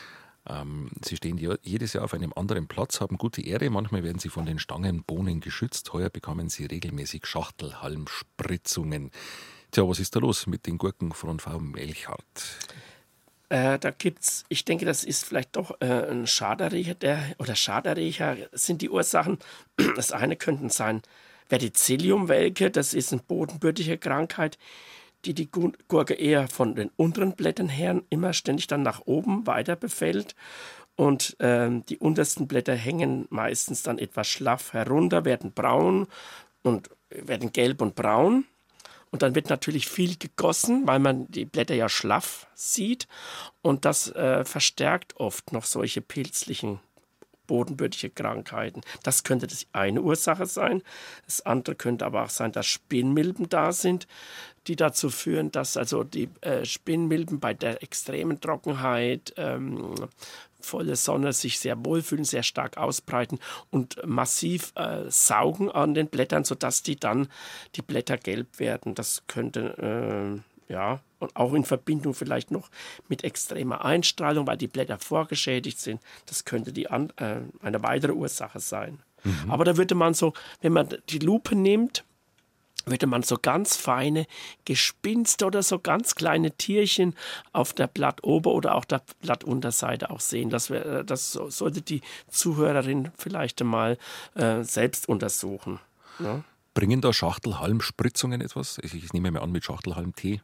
Ähm, sie stehen jedes Jahr auf einem anderen Platz, haben gute Ehre. Manchmal werden sie von den Stangenbohnen geschützt. Heuer bekommen sie regelmäßig Schachtelhalmspritzungen. Tja, was ist da los mit den Gurken von Frau Melchart? Äh, da gibt's, ich denke, das ist vielleicht doch äh, ein Schaderreger, der, oder Schaderreger sind die Ursachen. Das eine könnten sein Verticillium-Welke, das ist eine bodenbürtige Krankheit, die die Gurke eher von den unteren Blättern her immer ständig dann nach oben weiter befällt. Und ähm, die untersten Blätter hängen meistens dann etwas schlaff herunter, werden braun und werden gelb und braun. Und dann wird natürlich viel gegossen, weil man die Blätter ja schlaff sieht. Und das äh, verstärkt oft noch solche pilzlichen bodenbürtige Krankheiten. Das könnte die eine Ursache sein. Das andere könnte aber auch sein, dass Spinnmilben da sind, die dazu führen, dass also die äh, Spinnmilben bei der extremen Trockenheit, ähm, volle Sonne sich sehr wohlfühlen, sehr stark ausbreiten und massiv äh, saugen an den Blättern, sodass die dann die Blätter gelb werden. Das könnte, äh, ja, und auch in Verbindung vielleicht noch mit extremer Einstrahlung, weil die Blätter vorgeschädigt sind. Das könnte die an, äh, eine weitere Ursache sein. Mhm. Aber da würde man so, wenn man die Lupe nimmt, würde man so ganz feine Gespinste oder so ganz kleine Tierchen auf der Blattober- oder auch der Blattunterseite auch sehen. Das, wär, das sollte die Zuhörerin vielleicht mal äh, selbst untersuchen. Ja? Bringen da Schachtelhalmspritzungen etwas? Ich, ich nehme mal an mit Schachtelhalmtee.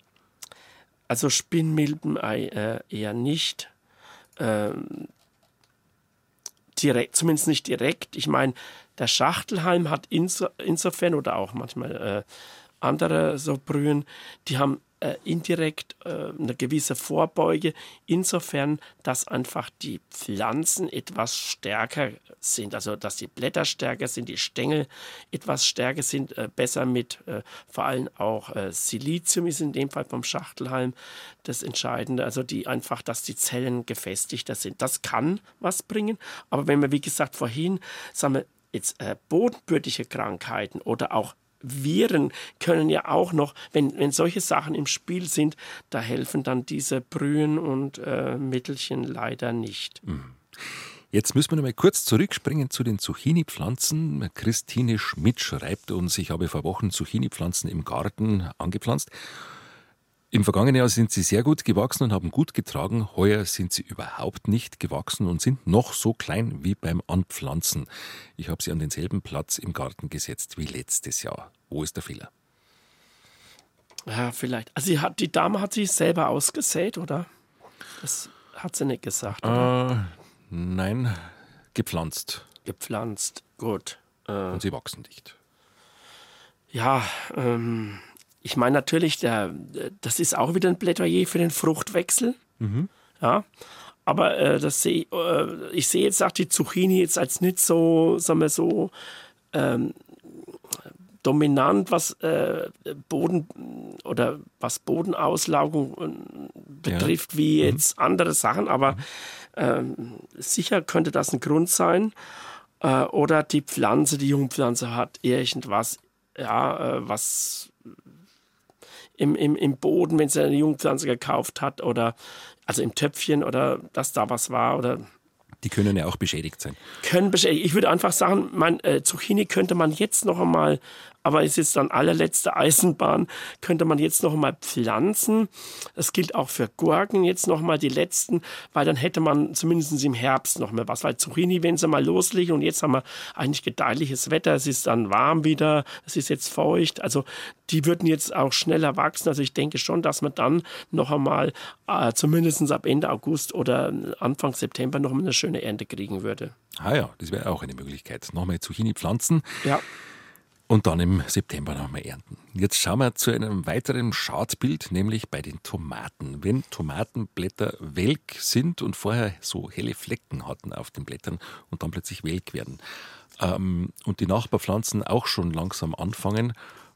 Also Spinnmilben äh, eher nicht. Ähm, direkt, zumindest nicht direkt. Ich meine, der Schachtelhalm hat inso, insofern oder auch manchmal äh, andere so Brühen, die haben äh, indirekt äh, eine gewisse Vorbeuge, insofern, dass einfach die Pflanzen etwas stärker sind, also dass die Blätter stärker sind, die Stängel etwas stärker sind, äh, besser mit äh, vor allem auch äh, Silizium ist in dem Fall vom Schachtelhalm das Entscheidende, also die einfach, dass die Zellen gefestigter sind. Das kann was bringen, aber wenn wir, wie gesagt, vorhin, sagen wir, jetzt äh, bodenbürtige Krankheiten oder auch Viren können ja auch noch, wenn, wenn solche Sachen im Spiel sind, da helfen dann diese Brühen und äh, Mittelchen leider nicht. Jetzt müssen wir noch mal kurz zurückspringen zu den Zucchini-Pflanzen. Christine Schmidt schreibt uns, ich habe vor Wochen Zucchini-Pflanzen im Garten angepflanzt. Im vergangenen Jahr sind sie sehr gut gewachsen und haben gut getragen. Heuer sind sie überhaupt nicht gewachsen und sind noch so klein wie beim Anpflanzen. Ich habe sie an denselben Platz im Garten gesetzt wie letztes Jahr. Wo ist der Fehler? Ja, vielleicht. Also sie hat, die Dame hat sich selber ausgesät, oder? Das hat sie nicht gesagt, oder? Äh, nein, gepflanzt. Gepflanzt, gut. Äh, und sie wachsen nicht. Ja, ähm... Ich meine natürlich, der, das ist auch wieder ein Plädoyer für den Fruchtwechsel. Mhm. Ja, aber äh, das seh, äh, ich sehe jetzt auch die Zucchini jetzt als nicht so, sagen wir so, ähm, dominant, was äh, Boden oder was Bodenauslaugung betrifft, ja. wie jetzt mhm. andere Sachen. Aber ähm, sicher könnte das ein Grund sein. Äh, oder die Pflanze, die Jungpflanze hat irgendwas, ja, äh, was Im, im, im Boden, wenn sie eine Jungpflanze gekauft hat oder also im Töpfchen oder dass da was war oder die können ja auch beschädigt sein. Können beschädigt. Ich würde einfach sagen, mein äh, Zucchini könnte man jetzt noch einmal, aber es ist dann allerletzte Eisenbahn, könnte man jetzt noch einmal pflanzen. Das gilt auch für Gurken jetzt noch mal die letzten, weil dann hätte man zumindest im Herbst noch mal was. Weil Zucchini, wenn sie mal loslegen und jetzt haben wir eigentlich gedeihliches Wetter, es ist dann warm wieder, es ist jetzt feucht, also die würden jetzt auch schneller wachsen. Also ich denke schon, dass man dann noch einmal äh, zumindest ab Ende August oder Anfang September noch mal eine schöne Ernte kriegen würde. Ah ja, das wäre auch eine Möglichkeit. Nochmal Zucchini pflanzen. Ja. Und dann im September nochmal ernten. Jetzt schauen wir zu einem weiteren Schadbild, nämlich bei den Tomaten. Wenn Tomatenblätter welk sind und vorher so helle Flecken hatten auf den Blättern und dann plötzlich welk werden ähm, und die Nachbarpflanzen auch schon langsam anfangen,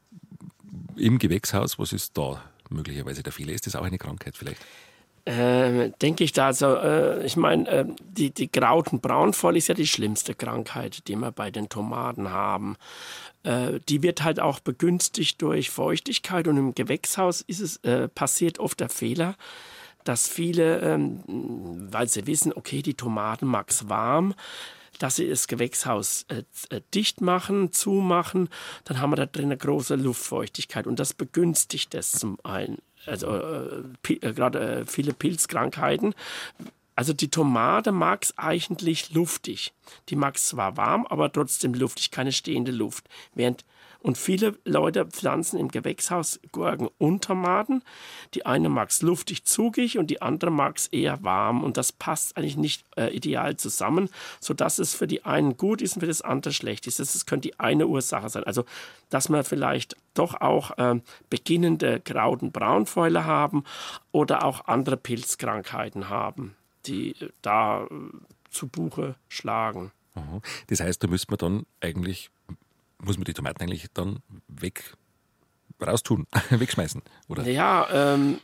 im Gewächshaus, was ist da möglicherweise der Fehler? Ist das auch eine Krankheit vielleicht? Äh, denke ich da, also äh, ich meine, äh, die, die Grautenbraunvoll ist ja die schlimmste Krankheit, die wir bei den Tomaten haben. Äh, die wird halt auch begünstigt durch Feuchtigkeit und im Gewächshaus ist es, äh, passiert oft der Fehler, dass viele, ähm, weil sie wissen, okay, die Tomaten mag es warm, dass sie das Gewächshaus äh, dicht machen, zumachen, dann haben wir da drin eine große Luftfeuchtigkeit und das begünstigt das zum einen. Also äh, äh, gerade äh, viele Pilzkrankheiten. Also die Tomate mag es eigentlich luftig. Die mag es zwar warm, aber trotzdem luftig, keine stehende Luft. Während Und viele Leute pflanzen im Gewächshaus Gurken und Tomaten. Die eine mag es luftig zugig und die andere mag es eher warm. Und das passt eigentlich nicht äh, ideal zusammen, sodass es für die einen gut ist und für das andere schlecht ist. Das, das könnte die eine Ursache sein. Also, dass man vielleicht doch auch äh, beginnende Kraut- und Braunfäule haben oder auch andere Pilzkrankheiten haben, die äh, da äh, zu Buche schlagen. Aha. Das heißt, da müsste man dann eigentlich... muss man die Tomaten eigentlich dann weg, raustun, wegschmeißen, oder? Ja, ähm,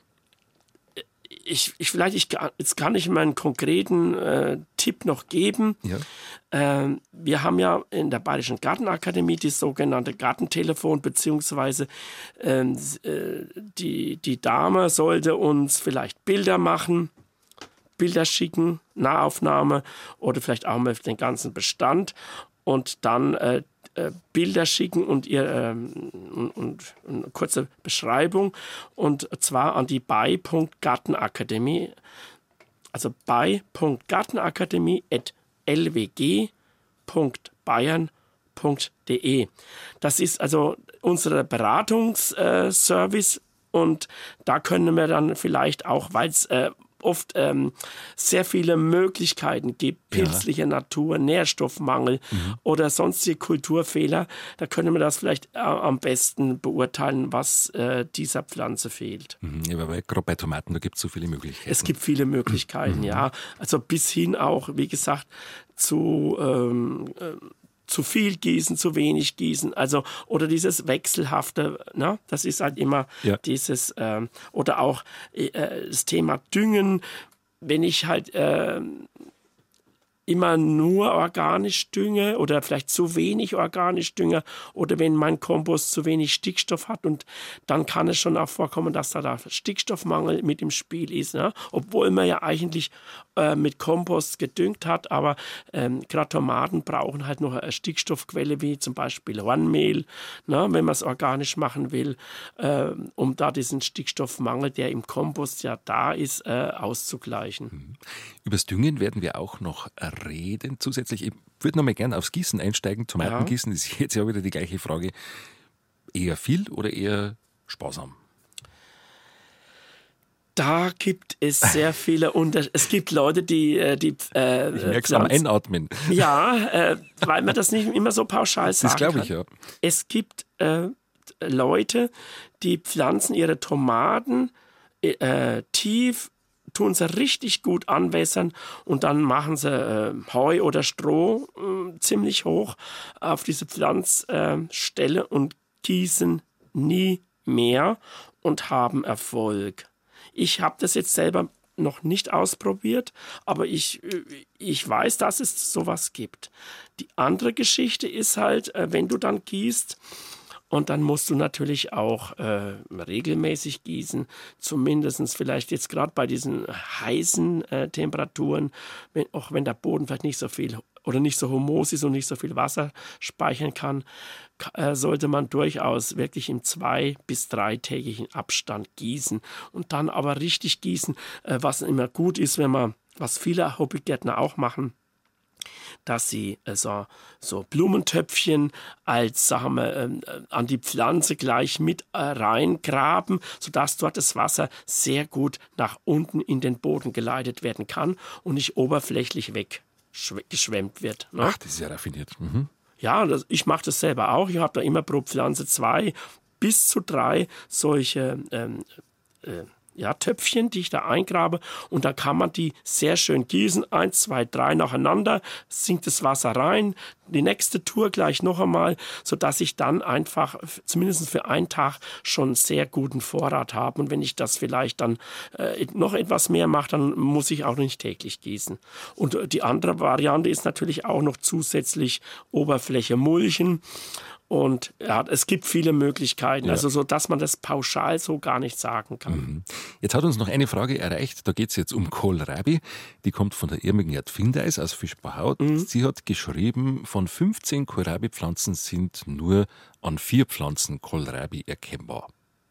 ich, ich vielleicht, ich, jetzt kann ich mal einen konkreten äh, Tipp noch geben. Ja. Ähm, wir haben ja in der Bayerischen Gartenakademie das sogenannte Gartentelefon, beziehungsweise ähm, äh, die, die Dame sollte uns vielleicht Bilder machen, Bilder schicken, Nahaufnahme oder vielleicht auch mal den ganzen Bestand und dann äh, Bilder schicken und, ihr, ähm, und, und eine kurze Beschreibung und zwar an die bei Punkt gartenakademie, also bei Punkt gartenakademie at l w g Punkt bayern Punkt d e. Das ist also unser Beratungsservice und da können wir dann vielleicht auch, weil es äh, oft ähm, sehr viele Möglichkeiten gibt, pilzlicher ja. Natur, Nährstoffmangel mhm. oder sonstige Kulturfehler, da können wir das vielleicht äh, am besten beurteilen, was äh, dieser Pflanze fehlt. Mhm. Ja, aber gerade bei Tomaten, da gibt es so viele Möglichkeiten. Es gibt viele Möglichkeiten, mhm. ja. Also bis hin auch, wie gesagt, zu... Ähm, äh, zu viel gießen, zu wenig gießen, also oder dieses wechselhafte, ne? Das ist halt immer ja. dieses ähm, oder auch äh, das Thema Düngen, wenn ich halt äh, immer nur organisch dünge oder vielleicht zu wenig organisch dünge oder wenn mein Kompost zu wenig Stickstoff hat und dann kann es schon auch vorkommen, dass da, da Stickstoffmangel mit im Spiel ist, ne? Obwohl man ja eigentlich äh, mit Kompost gedüngt hat, aber ähm, gerade Tomaten brauchen halt noch eine Stickstoffquelle wie zum Beispiel Hornmehl, ne? Wenn man es organisch machen will, äh, um da diesen Stickstoffmangel, der im Kompost ja da ist, äh, auszugleichen. Mhm. Übers Düngen werden wir auch noch reden zusätzlich. Ich würde noch mal gerne aufs Gießen einsteigen. Tomatengießen ja. ist jetzt ja wieder die gleiche Frage. Eher viel oder eher sparsam? Da gibt es sehr viele Unterschiede. Es gibt Leute, die... die äh, ich merke es am Einatmen. Ja, äh, weil man das nicht immer so pauschal sagen kann. Das glaube ich, ja. Es gibt äh, Leute, die pflanzen ihre Tomaten äh, tief, tun sie richtig gut anwässern und dann machen sie äh, Heu oder Stroh äh, ziemlich hoch auf diese Pflanzstelle äh, und gießen nie mehr und haben Erfolg. Ich habe das jetzt selber noch nicht ausprobiert, aber ich, ich weiß, dass es sowas gibt. Die andere Geschichte ist halt, äh, wenn du dann gießt, und dann musst du natürlich auch äh, regelmäßig gießen, zumindest vielleicht jetzt gerade bei diesen heißen äh, Temperaturen, wenn, auch wenn der Boden vielleicht nicht so viel oder nicht so humus ist und nicht so viel Wasser speichern kann, äh, sollte man durchaus wirklich im zwei- bis dreitägigen Abstand gießen. Und dann aber richtig gießen, äh, was immer gut ist, wenn man, was viele Hobbygärtner auch machen, dass sie äh, so, so Blumentöpfchen als, sagen wir, äh, an die Pflanze gleich mit äh, reingraben, sodass dort das Wasser sehr gut nach unten in den Boden geleitet werden kann und nicht oberflächlich weggeschwemmt wird. Ne? Ach, das ist ja raffiniert. Mhm. Ja, das, ich mache das selber auch. Ich habe da immer pro Pflanze zwei bis zu drei solche ähm, äh, Ja, Töpfchen, die ich da eingrabe und da kann man die sehr schön gießen, eins, zwei, drei nacheinander, sinkt das Wasser rein, die nächste Tour gleich noch einmal, sodass ich dann einfach zumindest für einen Tag schon sehr guten Vorrat habe und wenn ich das vielleicht dann äh, noch etwas mehr mache, dann muss ich auch nicht täglich gießen. Und die andere Variante ist natürlich auch noch zusätzlich Oberfläche mulchen. Und ja, es gibt viele Möglichkeiten, Ja. also so, dass man das pauschal so gar nicht sagen kann. Mhm. Jetzt hat uns noch eine Frage erreicht, da geht es jetzt um Kohlrabi. Die kommt von der Irmgard Findeis aus Fischbachau. Mhm. Sie hat geschrieben, von fünfzehn Kohlrabi-Pflanzen sind nur an vier Pflanzen Kohlrabi erkennbar.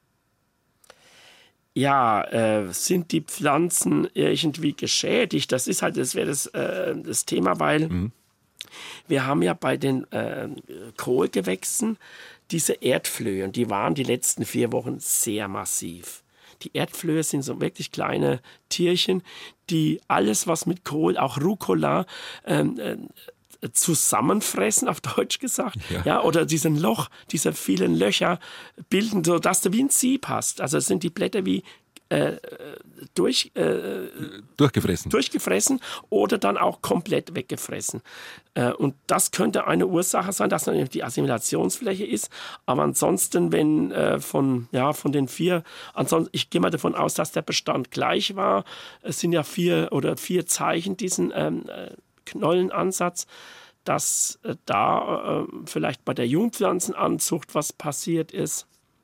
Ja, äh, sind die Pflanzen irgendwie geschädigt? Das ist halt, das wäre das, äh, das Thema, weil Mhm. wir haben ja bei den äh, Kohlgewächsen diese Erdflöhe und die waren die letzten vier Wochen sehr massiv. Die Erdflöhe sind so wirklich kleine Tierchen, die alles, was mit Kohl, auch Rucola, ähm, äh, zusammenfressen, auf Deutsch gesagt, Ja. ja. oder diesen Loch, diese vielen Löcher bilden, so dass du wie ein Sieb hast. Also es sind die Blätter wie äh, durch, äh, Durchgefressen. durchgefressen oder dann auch komplett weggefressen. Äh, und das könnte eine Ursache sein, dass dann die Assimilationsfläche ist. Aber ansonsten, wenn äh, von, ja, von den vier, ansonsten, ich gehe mal davon aus, dass der Bestand gleich war. Es sind ja vier oder vier Zeichen diesen ähm, äh, Knollenansatz, dass äh, da äh, vielleicht bei der Jungpflanzenanzucht was passiert ist,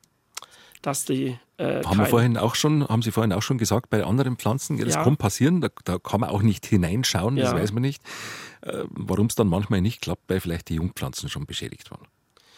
dass die äh, Haben, wir kein- vorhin auch schon, haben Sie vorhin auch schon gesagt, bei anderen Pflanzen, ja, das Ja. kann passieren, da, da kann man auch nicht hineinschauen, das Ja. weiß man nicht. Äh, Warum es dann manchmal nicht klappt, weil vielleicht die Jungpflanzen schon beschädigt waren.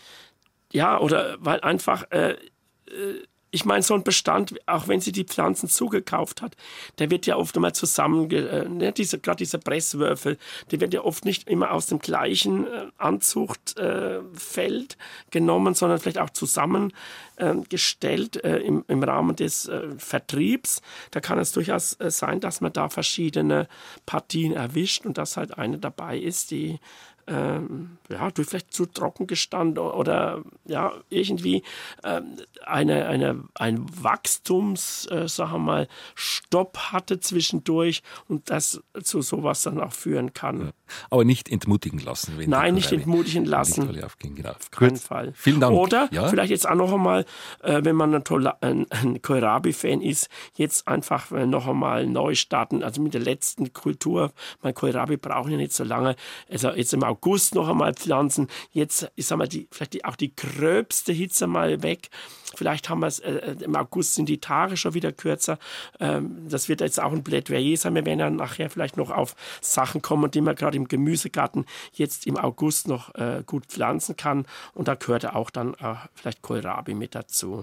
Ja, oder weil einfach, äh, äh, ich meine, so ein Bestand, auch wenn sie die Pflanzen zugekauft hat, der wird ja oft einmal zusammen, äh, ne, diese, gerade diese Presswürfel, die werden ja oft nicht immer aus dem gleichen äh, Anzuchtfeld äh, Feld genommen, sondern vielleicht auch zusammengestellt äh, gestellt, äh, im, im Rahmen des äh, Vertriebs. Da kann es durchaus äh, sein, dass man da verschiedene Partien erwischt und dass halt eine dabei ist, die ähm, ja, durch vielleicht zu trocken gestanden oder ja, irgendwie ähm, eine, eine, ein Wachstums, äh, sagen wir mal, Stopp hatte zwischendurch und das zu sowas dann auch führen kann. Ja. Aber nicht entmutigen lassen. Wenn Nein, die nicht Kohlrabi entmutigen lassen. Nicht alle aufgehen, genau. Auf keinen Gut. Fall. Vielen Dank. Oder Ja? vielleicht jetzt auch noch einmal, äh, wenn man ein, toller- ein, ein Kohlrabi-Fan ist, jetzt einfach äh, noch einmal neu starten. Also mit der letzten Kultur. Mein Kohlrabi brauchen ja nicht so lange. Also jetzt im August noch einmal pflanzen. Jetzt, ich sag mal, die, vielleicht die, auch die gröbste Hitze mal weg. Vielleicht haben wir es, äh, im August sind die Tage schon wieder kürzer. Ähm, das wird jetzt auch ein Plädoyer sein. Wir werden ja nachher vielleicht noch auf Sachen kommen, die man gerade im Gemüsegarten jetzt im August noch äh, gut pflanzen kann. Und da gehört ja auch dann äh, vielleicht Kohlrabi mit dazu.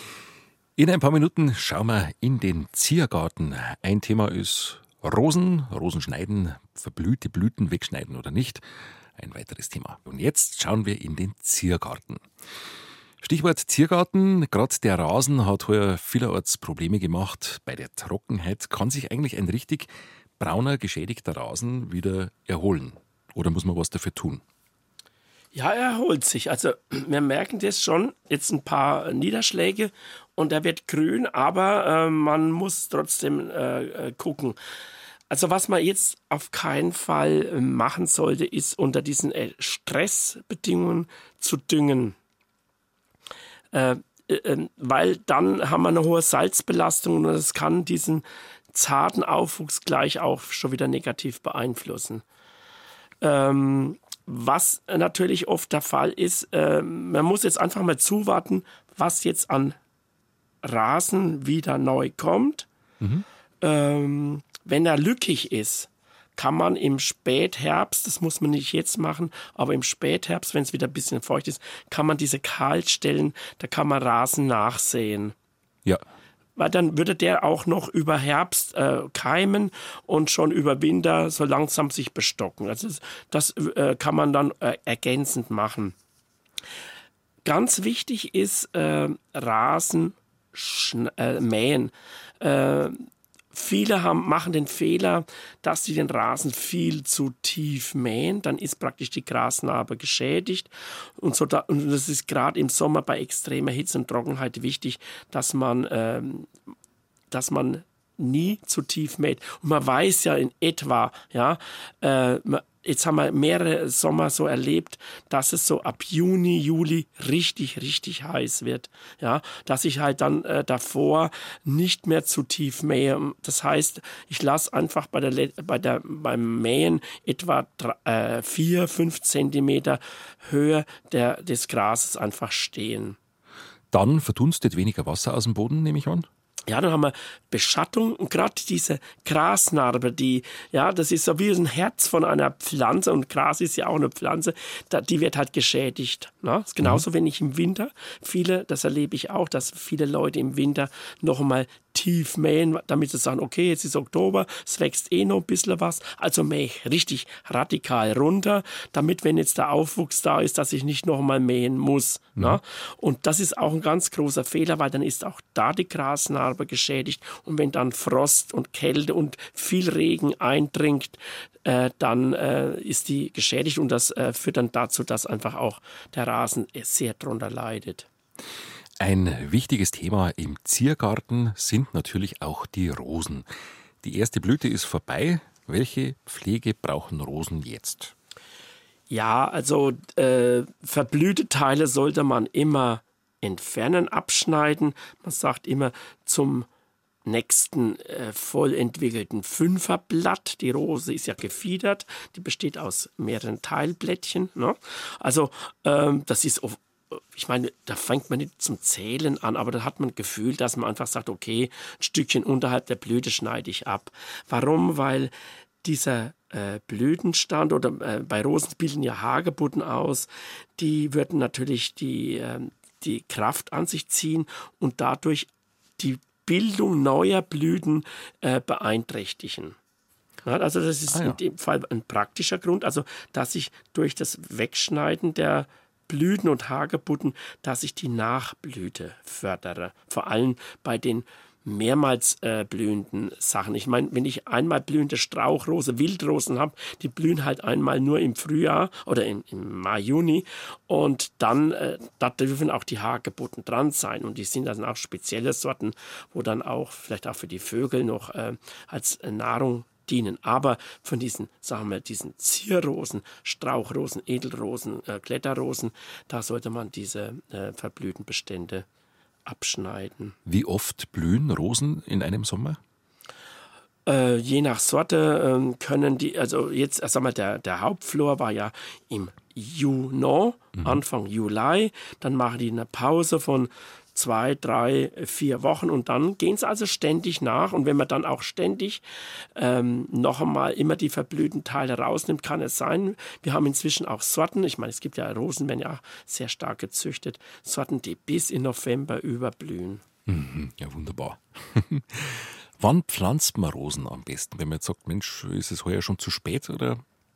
In ein paar Minuten schauen wir in den Ziergarten. Ein Thema ist Rosen, Rosen schneiden, verblühte Blüten wegschneiden oder nicht. Ein weiteres Thema. Und jetzt schauen wir in den Ziergarten. Stichwort Ziergarten, gerade der Rasen hat heuer vielerorts Probleme gemacht. Bei der Trockenheit kann sich eigentlich ein richtig brauner, geschädigter Rasen wieder erholen. Oder muss man was dafür tun? Ja, er erholt sich. Also wir merken das schon, jetzt ein paar Niederschläge und er wird grün, aber äh, man muss trotzdem äh, gucken. Also was man jetzt auf keinen Fall machen sollte, ist unter diesen äh, Stressbedingungen zu düngen. Äh, äh, weil dann haben wir eine hohe Salzbelastung und das kann diesen zarten Aufwuchs gleich auch schon wieder negativ beeinflussen. Ähm, was natürlich oft der Fall ist, äh, man muss jetzt einfach mal zuwarten, was jetzt an Rasen wieder neu kommt. Mhm. Ähm, wenn er lückig ist, kann man im Spätherbst, das muss man nicht jetzt machen, aber im Spätherbst, wenn es wieder ein bisschen feucht ist, kann man diese Kahlstellen, da kann man Rasen nachsehen. Ja. Weil dann würde der auch noch über Herbst äh, keimen und schon über Winter so langsam sich bestocken. Also das, das äh, kann man dann äh, ergänzend machen. Ganz wichtig ist äh, Rasen schn- äh, mähen. Äh, Viele haben, machen den Fehler, dass sie den Rasen viel zu tief mähen. Dann ist praktisch die Grasnarbe geschädigt. Und, so da, und das ist gerade im Sommer bei extremer Hitze und Trockenheit wichtig, dass man, ähm, dass man nie zu tief mäht. Und man weiß ja in etwa, ja, äh, jetzt haben wir mehrere Sommer so erlebt, dass es so ab Juni, Juli richtig, richtig heiß wird. Ja, dass ich halt dann äh, davor nicht mehr zu tief mähe. Das heißt, ich lasse einfach bei der, bei der, beim Mähen etwa äh, vier, fünf Zentimeter Höhe der, des Grases einfach stehen. Dann verdunstet weniger Wasser aus dem Boden, nehme ich an? Ja, dann haben wir Beschattung und gerade diese Grasnarbe, die, ja, das ist so wie ein Herz von einer Pflanze und Gras ist ja auch eine Pflanze, da, die wird halt geschädigt. Ne? Das ist genauso, mhm. wenn ich im Winter, viele, das erlebe ich auch, dass viele Leute im Winter noch mal tief mähen, damit sie sagen, okay, jetzt ist Oktober, es wächst eh noch ein bisschen was, also mähe ich richtig radikal runter, damit, wenn jetzt der Aufwuchs da ist, dass ich nicht noch mal mähen muss. Mhm. Ne? Und das ist auch ein ganz großer Fehler, weil dann ist auch da die Grasnarbe geschädigt und wenn dann Frost und Kälte und viel Regen eindringt, äh, dann äh, ist die geschädigt und das äh, führt dann dazu, dass einfach auch der Rasen sehr drunter leidet. Ein wichtiges Thema im Ziergarten sind natürlich auch die Rosen. Die erste Blüte ist vorbei. Welche Pflege brauchen Rosen jetzt? Ja, also äh, verblühte Teile sollte man immer entfernen, abschneiden. Man sagt immer zum nächsten äh, voll entwickelten Fünferblatt. Die Rose ist ja gefiedert, die besteht aus mehreren Teilblättchen. Ne? Also ähm, das ist oft, ich meine, da fängt man nicht zum Zählen an, aber da hat man das Gefühl, dass man einfach sagt, okay, ein Stückchen unterhalb der Blüte schneide ich ab. Warum? Weil dieser äh, Blütenstand oder äh, bei Rosen bilden ja Hagebutten aus, die würden natürlich die, äh, die Kraft an sich ziehen und dadurch die Bildung neuer Blüten äh, beeinträchtigen. Ja, also das ist ah, ja. in dem Fall ein praktischer Grund, also dass ich durch das Wegschneiden der Blüten und Hagebutten, dass ich die Nachblüte fördere. Vor allem bei den mehrmals äh, blühenden Sachen. Ich meine, wenn ich einmal blühende Strauchrose, Wildrosen habe, die blühen halt einmal nur im Frühjahr oder im, im Mai, Juni und dann, äh, da dürfen auch die Hagebutten dran sein und die sind dann auch spezielle Sorten, wo dann auch vielleicht auch für die Vögel noch äh, als äh, Nahrung dienen. Aber von diesen, sagen wir, diesen Zierrosen, Strauchrosen, Edelrosen, äh, Kletterrosen, da sollte man diese äh, verblühten Bestände abschneiden. Wie oft blühen Rosen in einem Sommer? Äh, je nach Sorte äh, können die, also jetzt, sag mal, der, der Hauptflor war ja im Juni, mhm. Anfang Juli, dann machen die eine Pause von zwei, drei, vier Wochen und dann gehen sie also ständig nach und wenn man dann auch ständig ähm, noch einmal immer die verblühten Teile rausnimmt, kann es sein, wir haben inzwischen auch Sorten, ich meine, es gibt ja Rosen, werden ja auch sehr stark gezüchtet, Sorten, die bis in November überblühen. Mhm, ja, wunderbar. Wann pflanzt man Rosen am besten? Wenn man jetzt sagt, Mensch, ist es heuer schon zu spät oder?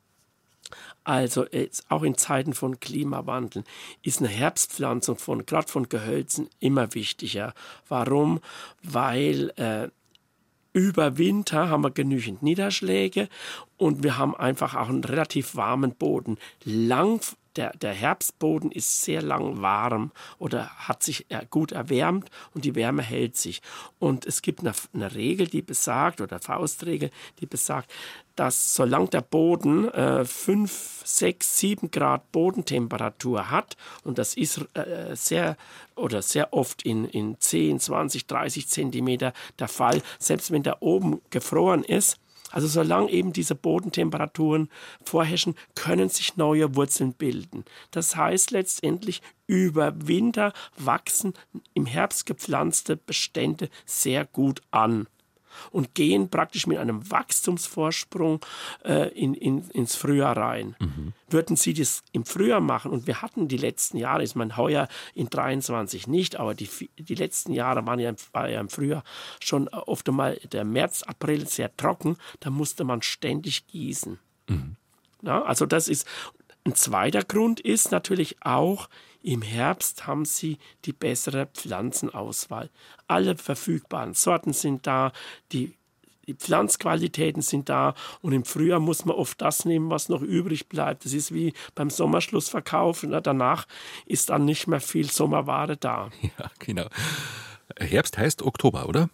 Also jetzt auch in Zeiten von Klimawandel ist eine Herbstpflanzung von gerade von Gehölzen immer wichtiger. Warum? Weil äh, über Winter haben wir genügend Niederschläge und wir haben einfach auch einen relativ warmen Boden. Lang Der, der Herbstboden ist sehr lang warm oder hat sich gut erwärmt und die Wärme hält sich. Und es gibt eine, eine Regel, die besagt, oder Faustregel, die besagt, dass solange der Boden äh, fünf, sechs, sieben Grad Bodentemperatur hat, und das ist äh, sehr oder sehr oft in, in zehn, zwanzig, dreißig Zentimeter der Fall, selbst wenn der oben gefroren ist, also solange eben diese Bodentemperaturen vorherrschen, können sich neue Wurzeln bilden. Das heißt letztendlich, über Winter wachsen im Herbst gepflanzte Bestände sehr gut an und gehen praktisch mit einem Wachstumsvorsprung äh, in, in, ins Frühjahr rein. Mhm. Würden Sie das im Frühjahr machen, und wir hatten die letzten Jahre, ich meine heuer in dreiundzwanzig nicht, aber die, die letzten Jahre waren ja, war ja im Frühjahr schon oft einmal der März, April sehr trocken, da musste man ständig gießen. Mhm. Ja, also das ist, ein zweiter Grund ist natürlich auch, im Herbst haben Sie die bessere Pflanzenauswahl. Alle verfügbaren Sorten sind da, die, die Pflanzqualitäten sind da und im Frühjahr muss man oft das nehmen, was noch übrig bleibt. Das ist wie beim Sommerschlussverkauf. Ne? Danach ist dann nicht mehr viel Sommerware da. Ja, genau. Herbst heißt Oktober, oder?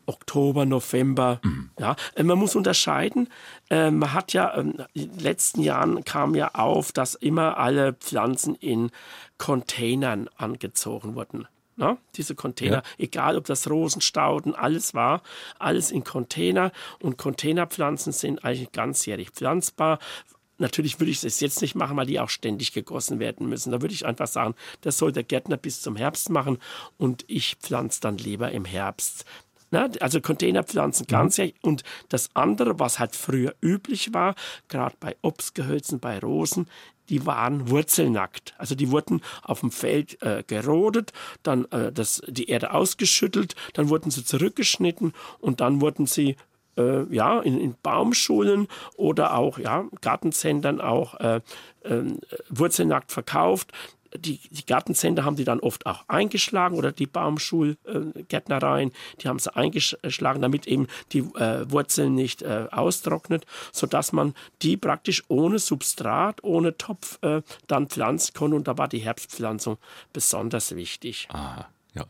Oktober, November. Mhm. Ja, man muss unterscheiden. Äh, man hat ja äh, in den letzten Jahren kam ja auf, dass immer alle Pflanzen in Containern angezogen wurden. Na, diese Container, ja. Egal ob das Rosenstauden, alles war, alles in Container. Und Containerpflanzen sind eigentlich ganzjährig pflanzbar. Natürlich würde ich es jetzt nicht machen, weil die auch ständig gegossen werden müssen. Da würde ich einfach sagen, das soll der Gärtner bis zum Herbst machen und ich pflanze dann lieber im Herbst. Na, also Containerpflanzen ganzjährig. Mhm. Und das andere, was halt früher üblich war, gerade bei Obstgehölzen, bei Rosen, die waren wurzelnackt. Also die wurden auf dem Feld äh, gerodet, dann äh, das, die Erde ausgeschüttelt, dann wurden sie zurückgeschnitten und dann wurden sie äh, ja, in, in Baumschulen oder auch ja, Gartencentern auch äh, äh, wurzelnackt verkauft. Die, die Gartencenter haben die dann oft auch eingeschlagen oder die Baumschulgärtnereien, äh, die haben sie eingeschlagen, damit eben die äh, Wurzeln nicht äh, austrocknet, sodass man die praktisch ohne Substrat, ohne Topf äh, dann pflanzen konnte. Und da war die Herbstpflanzung besonders wichtig. Aha, ja.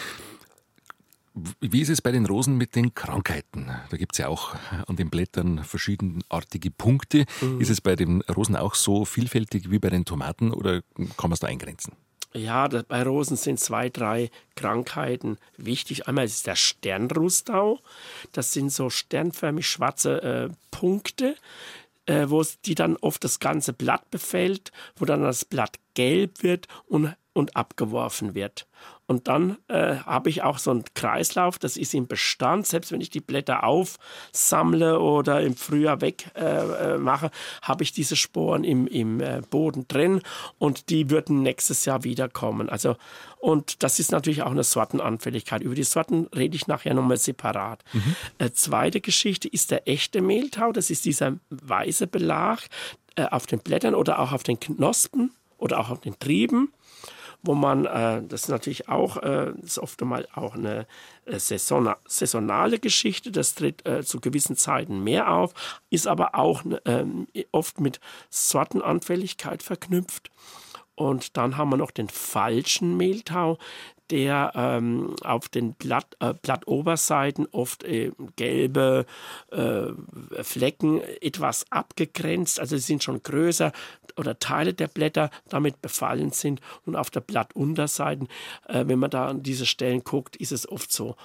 Wie ist es bei den Rosen mit den Krankheiten? Da gibt es ja auch an den Blättern verschiedenartige Punkte. Mhm. Ist es bei den Rosen auch so vielfältig wie bei den Tomaten oder kann man es da eingrenzen? Ja, da, bei Rosen sind zwei, drei Krankheiten wichtig. Einmal ist der Sternrustau. Das sind so sternförmig schwarze äh, Punkte, äh, wo die dann oft das ganze Blatt befällt, wo dann das Blatt gelb wird und, und abgeworfen wird. Und dann äh, habe ich auch so einen Kreislauf, das ist im Bestand. Selbst wenn ich die Blätter aufsammle oder im Frühjahr wegmache, äh, habe ich diese Sporen im, im äh, Boden drin und die würden nächstes Jahr wiederkommen. Also, und das ist natürlich auch eine Sortenanfälligkeit. Über die Sorten rede ich nachher nochmal separat. Mhm. Äh, zweite Geschichte ist der echte Mehltau. Das ist dieser weiße Belag äh, auf den Blättern oder auch auf den Knospen oder auch auf den Trieben, wo man, äh, das ist natürlich auch, äh, das ist oft einmal auch eine äh, saisona- saisonale Geschichte, das tritt äh, zu gewissen Zeiten mehr auf, ist aber auch äh, oft mit Sortenanfälligkeit verknüpft. Und dann haben wir noch den falschen Mehltau, der ähm, auf den Blatt, äh, Blattoberseiten oft äh, gelbe äh, Flecken etwas abgegrenzt, also sie sind schon größer oder Teile der Blätter damit befallen sind und auf der Blattunterseite, äh, wenn man da an diese Stellen guckt, ist es oft so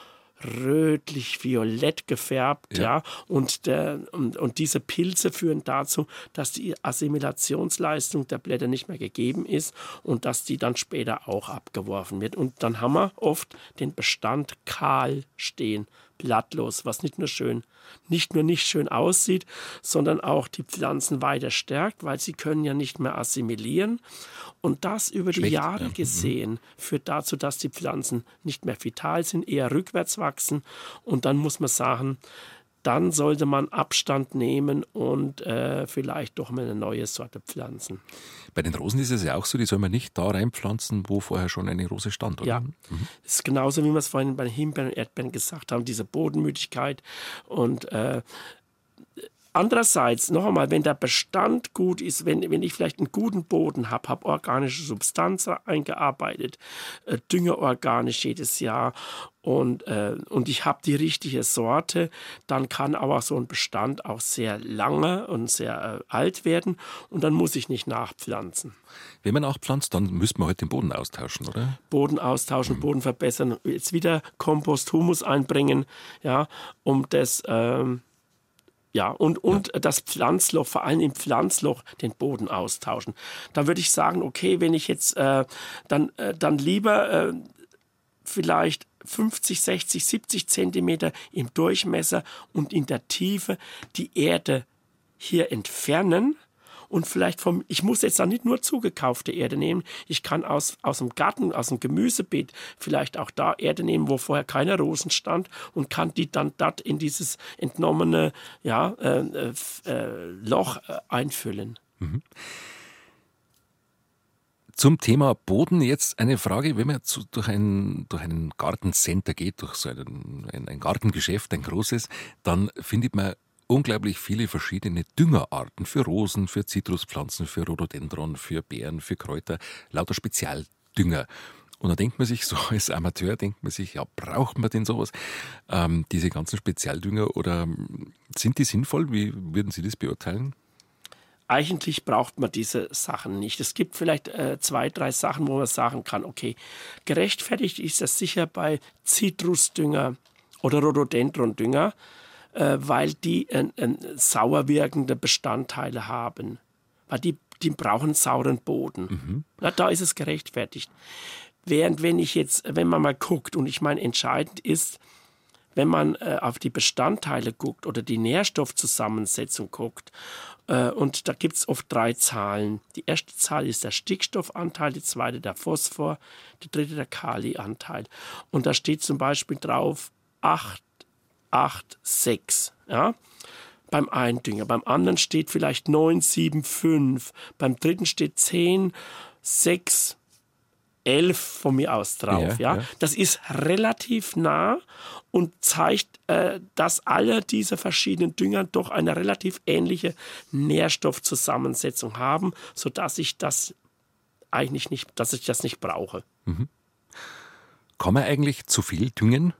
rötlich-violett gefärbt, ja, ja und, der, und, und diese Pilze führen dazu, dass die Assimilationsleistung der Blätter nicht mehr gegeben ist und dass die dann später auch abgeworfen wird. Und dann haben wir oft den Bestand kahl stehen, blattlos, was nicht nur schön, nicht nur nicht schön aussieht, sondern auch die Pflanzen weiter stärkt, weil sie können ja nicht mehr assimilieren. Und das über die Schlecht, Jahre ja. gesehen führt dazu, dass die Pflanzen nicht mehr vital sind, eher rückwärts wachsen. Und dann muss man sagen, dann sollte man Abstand nehmen und äh, vielleicht doch mal eine neue Sorte pflanzen. Bei den Rosen ist es ja auch so, die soll man nicht da reinpflanzen, wo vorher schon eine Rose stand, oder? Ja, mhm. Das ist genauso, wie wir es vorhin bei den Himbeeren und Erdbeeren gesagt haben, diese Bodenmüdigkeit. Und äh, andererseits, noch einmal, wenn der Bestand gut ist, wenn, wenn ich vielleicht einen guten Boden habe, habe organische Substanz eingearbeitet, äh, Dünger organisch jedes Jahr und, äh, und ich habe die richtige Sorte, dann kann aber so ein Bestand auch sehr lange und sehr äh, alt werden und dann muss ich nicht nachpflanzen. Wenn man nachpflanzt, dann müsste man halt den Boden austauschen, oder? Boden austauschen, mhm. Boden verbessern, jetzt wieder Kompost, Humus einbringen, ja, um das... Ähm, Ja, und, und ja. das Pflanzloch, vor allem im Pflanzloch, den Boden austauschen. Da würde ich sagen, okay, wenn ich jetzt äh, dann, äh, dann lieber äh, vielleicht fünfzig, sechzig, siebzig Zentimeter im Durchmesser und in der Tiefe die Erde hier entfernen. Und vielleicht vom, ich muss jetzt dann nicht nur zugekaufte Erde nehmen, ich kann aus, aus dem Garten, aus dem Gemüsebeet vielleicht auch da Erde nehmen, wo vorher keine Rosen stand und kann die dann dort in dieses entnommene ja, äh, äh, Loch äh, einfüllen. Mhm. Zum Thema Boden jetzt eine Frage, wenn man zu, durch, ein, durch ein Gartencenter geht, durch so ein, ein, ein Gartengeschäft, ein großes, dann findet man unglaublich viele verschiedene Düngerarten für Rosen, für Zitruspflanzen, für Rhododendron, für Beeren, für Kräuter, lauter Spezialdünger. Und dann denkt man sich, so als Amateur denkt man sich, ja, braucht man denn sowas? Ähm, diese ganzen Spezialdünger, oder sind die sinnvoll? Wie würden Sie das beurteilen? Eigentlich braucht man diese Sachen nicht. Es gibt vielleicht äh, zwei, drei Sachen, wo man sagen kann, okay, gerechtfertigt ist das sicher bei Zitrusdünger oder Rhododendrondünger, äh, weil die äh, äh, sauer wirkende Bestandteile haben. Weil die, die brauchen sauren Boden. Mhm. Na, da ist es gerechtfertigt. Während wenn ich jetzt, wenn man mal guckt, und ich meine, entscheidend ist, wenn man äh, auf die Bestandteile guckt oder die Nährstoffzusammensetzung guckt, äh, und da gibt es oft drei Zahlen. Die erste Zahl ist der Stickstoffanteil, die zweite der Phosphor, die dritte der Kalianteil. Und da steht zum Beispiel drauf acht, acht, sechs. Ja? Beim einen Dünger. Beim anderen steht vielleicht neun, sieben, fünf. Beim dritten steht zehn, sechs, elf von mir aus drauf. Ja, ja. Ja. Das ist relativ nah und zeigt, äh, dass alle diese verschiedenen Dünger doch eine relativ ähnliche Nährstoffzusammensetzung haben, sodass ich das eigentlich nicht, dass ich das nicht brauche. Mhm. Kann man eigentlich zu viel düngen?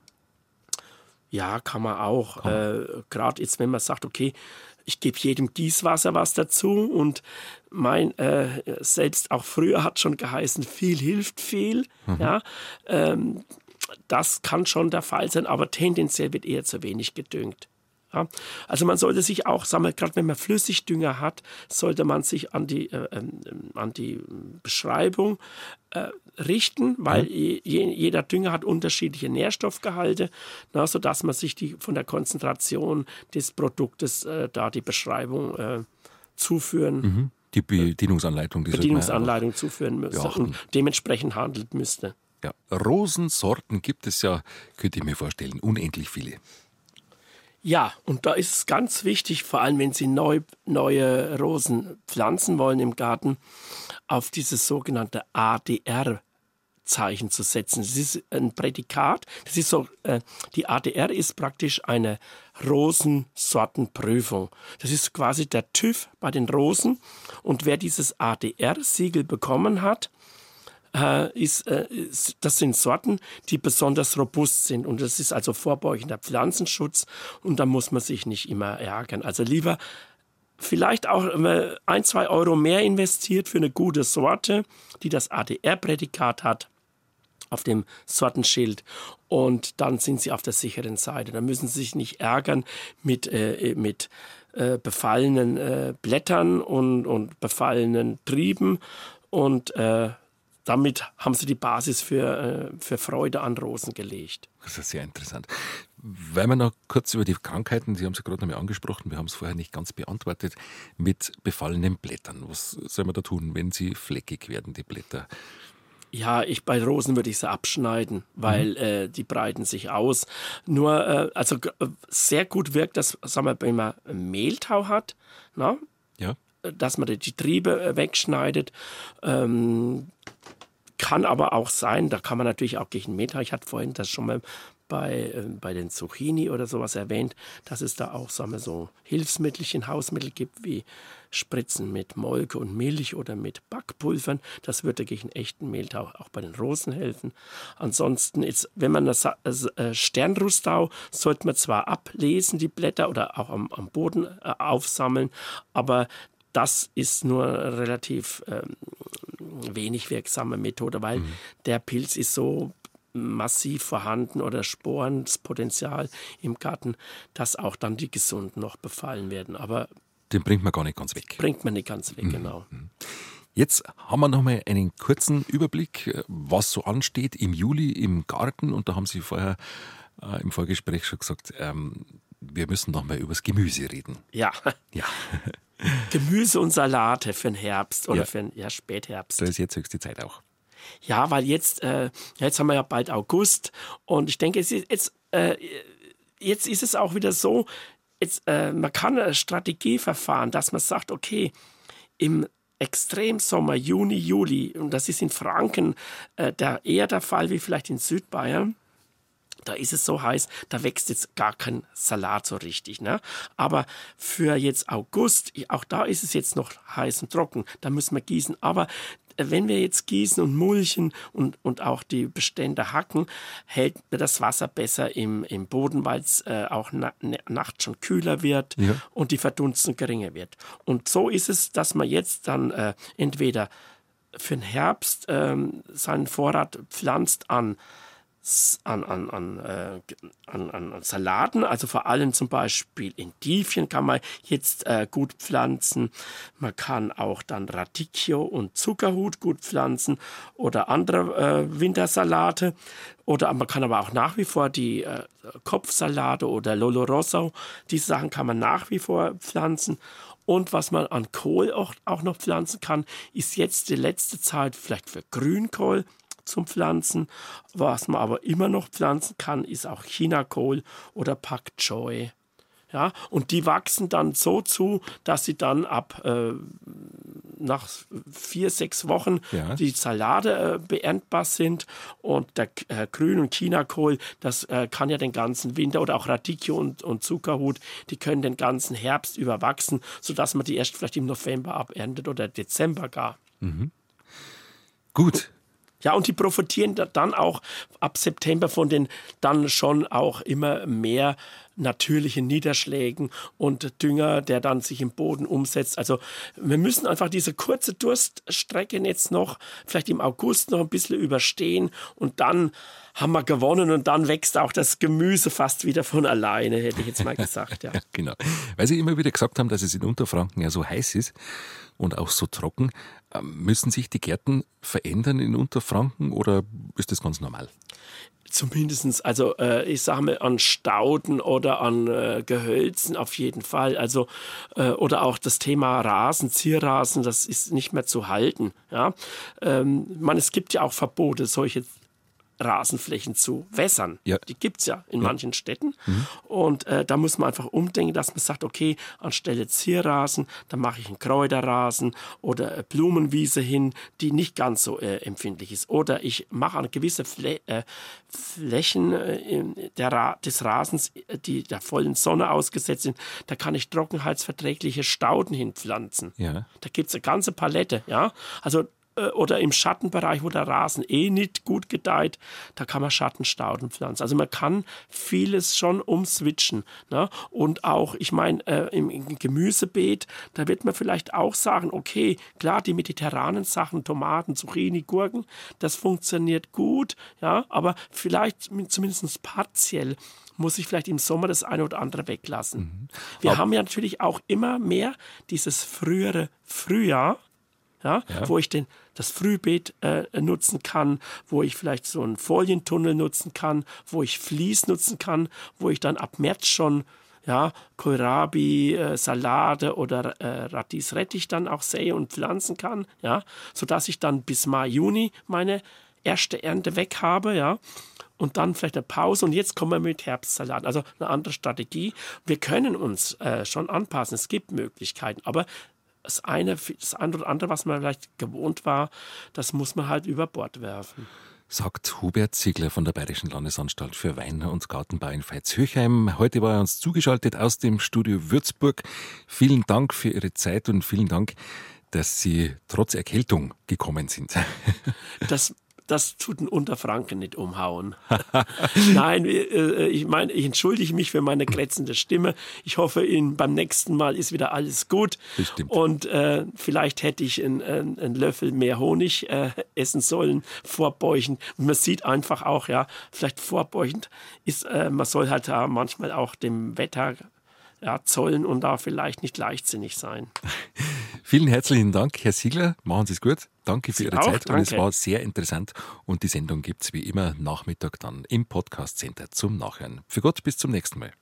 Ja, kann man auch. Äh, Gerade jetzt, wenn man sagt, okay, ich gebe jedem Gießwasser was dazu, und mein, äh, selbst auch früher hat schon geheißen, viel hilft viel. Mhm. Ja, ähm, das kann schon der Fall sein, aber tendenziell wird eher zu wenig gedüngt. Ja, also man sollte sich auch, sagen wir, gerade wenn man Flüssigdünger hat, sollte man sich an die, äh, äh, an die Beschreibung äh, richten, weil je, jeder Dünger hat unterschiedliche Nährstoffgehalte, na, sodass man sich die, von der Konzentration des Produktes äh, da die Beschreibung äh, zuführen. Mhm. Die Bedienungsanleitung, die Bedienungsanleitung zuführen müsste und dementsprechend handelt müsste. Ja, Rosensorten gibt es ja, könnte ich mir vorstellen, unendlich viele. Ja, und da ist es ganz wichtig, vor allem wenn Sie neu, neue Rosen pflanzen wollen im Garten, auf dieses sogenannte A D R-Zeichen zu setzen. Das ist ein Prädikat. Das ist so, äh, die A D R ist praktisch eine Rosensortenprüfung. Das ist quasi der TÜV bei den Rosen. Und wer dieses A D R-Siegel bekommen hat, Äh, ist, äh, ist, das sind Sorten, die besonders robust sind. Und das ist also vorbeugender Pflanzenschutz. Und da muss man sich nicht immer ärgern. Also lieber vielleicht auch ein, zwei Euro mehr investiert für eine gute Sorte, die das A D R-Prädikat hat auf dem Sortenschild. Und dann sind Sie auf der sicheren Seite. Da müssen Sie sich nicht ärgern mit, äh, mit äh, befallenen äh, Blättern und, und befallenen Trieben. Und äh, damit haben sie die Basis für, für Freude an Rosen gelegt. Das ist sehr interessant. Weil wir noch kurz über die Krankheiten, Sie haben es ja gerade noch mal angesprochen, wir haben es vorher nicht ganz beantwortet, mit befallenen Blättern. Was soll man da tun, wenn sie fleckig werden, die Blätter? Ja, ich, bei Rosen würde ich sie abschneiden, weil mhm. äh, die breiten sich aus. Nur, äh, also sehr gut wirkt das, sagen wir, wenn man Mehltau hat, na? Ja. Dass man die Triebe wegschneidet. Ähm, kann aber auch sein, da kann man natürlich auch gegen Mehltau, ich hatte vorhin das schon mal bei, äh, bei den Zucchini oder sowas erwähnt, dass es da auch, sagen wir, so Hilfsmittelchen, Hausmittel gibt, wie Spritzen mit Molke und Milch oder mit Backpulvern. Das würde gegen echten Mehltau auch bei den Rosen helfen. Ansonsten, jetzt, wenn man das äh, Sternrustau, sollte man zwar ablesen, die Blätter, oder auch am, am Boden äh, aufsammeln, aber das ist nur eine relativ ähm, wenig wirksame Methode, weil mhm. der Pilz ist so massiv vorhanden oder Sporenpotenzial im Garten, dass auch dann die Gesunden noch befallen werden. Aber den bringt man gar nicht ganz weg. Bringt man nicht ganz weg, mhm. genau. Jetzt haben wir noch mal einen kurzen Überblick, was so ansteht im Juli im Garten. Und da haben Sie vorher äh, im Vorgespräch schon gesagt, ähm, wir müssen noch mal über das Gemüse reden. Ja. Ja. Gemüse und Salate für den Herbst oder ja. für den ja, Spätherbst. Da ist jetzt höchste Zeit auch. Ja, weil jetzt, äh, jetzt haben wir ja bald August und ich denke, es ist jetzt, äh, jetzt ist es auch wieder so, jetzt, äh, man kann eine Strategie verfahren, dass man sagt, okay, im Extremsommer, Juni, Juli, und das ist in Franken äh, der, eher der Fall wie vielleicht in Südbayern, da ist es so heiß, da wächst jetzt gar kein Salat so richtig. Ne? Aber für jetzt August, auch da ist es jetzt noch heiß und trocken, da müssen wir gießen. Aber wenn wir jetzt gießen und mulchen und, und auch die Bestände hacken, hält das Wasser besser im, im Boden, weil es äh, auch na, na, nachts schon kühler wird Ja. und die Verdunstung geringer wird. Und so ist es, dass man jetzt dann äh, entweder für den Herbst ähm, seinen Vorrat pflanzt an An, an, an, äh, an, an Salaten, also vor allem zum Beispiel Endivien kann man jetzt äh, gut pflanzen. Man kann auch dann Radicchio und Zuckerhut gut pflanzen oder andere äh, Wintersalate. Oder man kann aber auch nach wie vor die äh, Kopfsalate oder Lolo Rosso, diese Sachen kann man nach wie vor pflanzen. Und was man an Kohl auch, auch noch pflanzen kann, ist jetzt die letzte Zeit vielleicht für Grünkohl zum Pflanzen. Was man aber immer noch pflanzen kann, ist auch Chinakohl oder Pak Choi. Ja, und die wachsen dann so zu, dass sie dann ab äh, nach vier, sechs Wochen Ja. die Salate äh, beerntbar sind. Und der äh, Grün- und Chinakohl, das äh, kann ja den ganzen Winter, oder auch Radicchio und, und Zuckerhut, die können den ganzen Herbst über wachsen, sodass man die erst vielleicht im November aberntet oder Dezember gar. Gut. Ja, und die profitieren da- dann auch ab September von den dann schon auch immer mehr natürlichen Niederschlägen und Dünger, der dann sich im Boden umsetzt. Also wir müssen einfach diese kurze Durststrecke jetzt noch, vielleicht im August noch ein bisschen überstehen und dann haben wir gewonnen und dann wächst auch das Gemüse fast wieder von alleine, hätte ich jetzt mal gesagt. Ja. Ja, genau. Weil Sie immer wieder gesagt haben, dass es in Unterfranken ja so heiß ist und auch so trocken. Ähm, Müssen sich die Gärten verändern in Unterfranken oder ist das ganz normal? Zumindestens, also äh, ich sage mal an Stauden oder an äh, Gehölzen auf jeden Fall. Also äh, oder auch das Thema Rasen, Zierrasen, das ist nicht mehr zu halten. Ja, ähm, man, es gibt ja auch Verbote, solche Rasenflächen zu wässern. Ja. Die gibt es ja in manchen Städten. Und äh, da muss man einfach umdenken, dass man sagt, okay, anstelle Zierrasen, dann mache ich einen Kräuterrasen oder äh, Blumenwiese hin, die nicht ganz so äh, empfindlich ist. Oder ich mache eine gewisse Flä äh, Flächen äh, in der Ra des Rasens, äh, die der vollen Sonne ausgesetzt sind, da kann ich trockenheitsverträgliche Stauden hinpflanzen. Ja. Da gibt es eine ganze Palette. Ja? Also oder im Schattenbereich, wo der Rasen eh nicht gut gedeiht, da kann man Schattenstauden pflanzen. Also man kann vieles schon umswitchen. Ne? Und auch, ich meine, äh, im, im Gemüsebeet, da wird man vielleicht auch sagen, okay, klar, die mediterranen Sachen, Tomaten, Zucchini, Gurken, das funktioniert gut, ja, aber vielleicht zumindest partiell muss ich vielleicht im Sommer das eine oder andere weglassen. Mhm. Wir Aber haben ja natürlich auch immer mehr dieses frühere Frühjahr, Ja, Ja. wo ich den, das Frühbeet äh, nutzen kann, wo ich vielleicht so einen Folientunnel nutzen kann, wo ich Vlies nutzen kann, wo ich dann ab März schon ja, Kohlrabi, äh, Salate oder äh, Radis Rettich dann auch sähe und pflanzen kann, ja, sodass ich dann bis Mai, Juni meine erste Ernte weg habe, ja. Und dann vielleicht eine Pause und jetzt kommen wir mit Herbstsalaten. Also eine andere Strategie. Wir können uns äh, schon anpassen, es gibt Möglichkeiten, aber das eine, das andere oder andere, was man vielleicht gewohnt war, das muss man halt über Bord werfen. sagt Hubert Ziegler von der Bayerischen Landesanstalt für Wein- und Gartenbau in Veitshöchheim. Heute war er uns zugeschaltet aus dem Studio Würzburg. Vielen Dank für Ihre Zeit und vielen Dank, dass Sie trotz Erkältung gekommen sind. Das Das tut ein Unterfranken nicht umhauen. Nein, äh, ich meine, ich entschuldige mich für meine krätzende Stimme. Ich hoffe, Ihnen beim nächsten Mal ist wieder alles gut. Bestimmt. Und äh, vielleicht hätte ich einen, einen Löffel mehr Honig äh, essen sollen, vorbeugend. Und man sieht einfach auch, ja, vielleicht vorbeugend ist, äh, man soll halt da manchmal auch dem Wetter ja, zollen und da vielleicht nicht leichtsinnig sein. Vielen herzlichen Dank, Herr Ziegler. Machen Sie es gut. Danke für Sie Ihre auch, Zeit. Und es danke. war sehr interessant. Und die Sendung gibt es wie immer Nachmittag dann im Podcast Center zum Nachhören. Für Gott, bis zum nächsten Mal.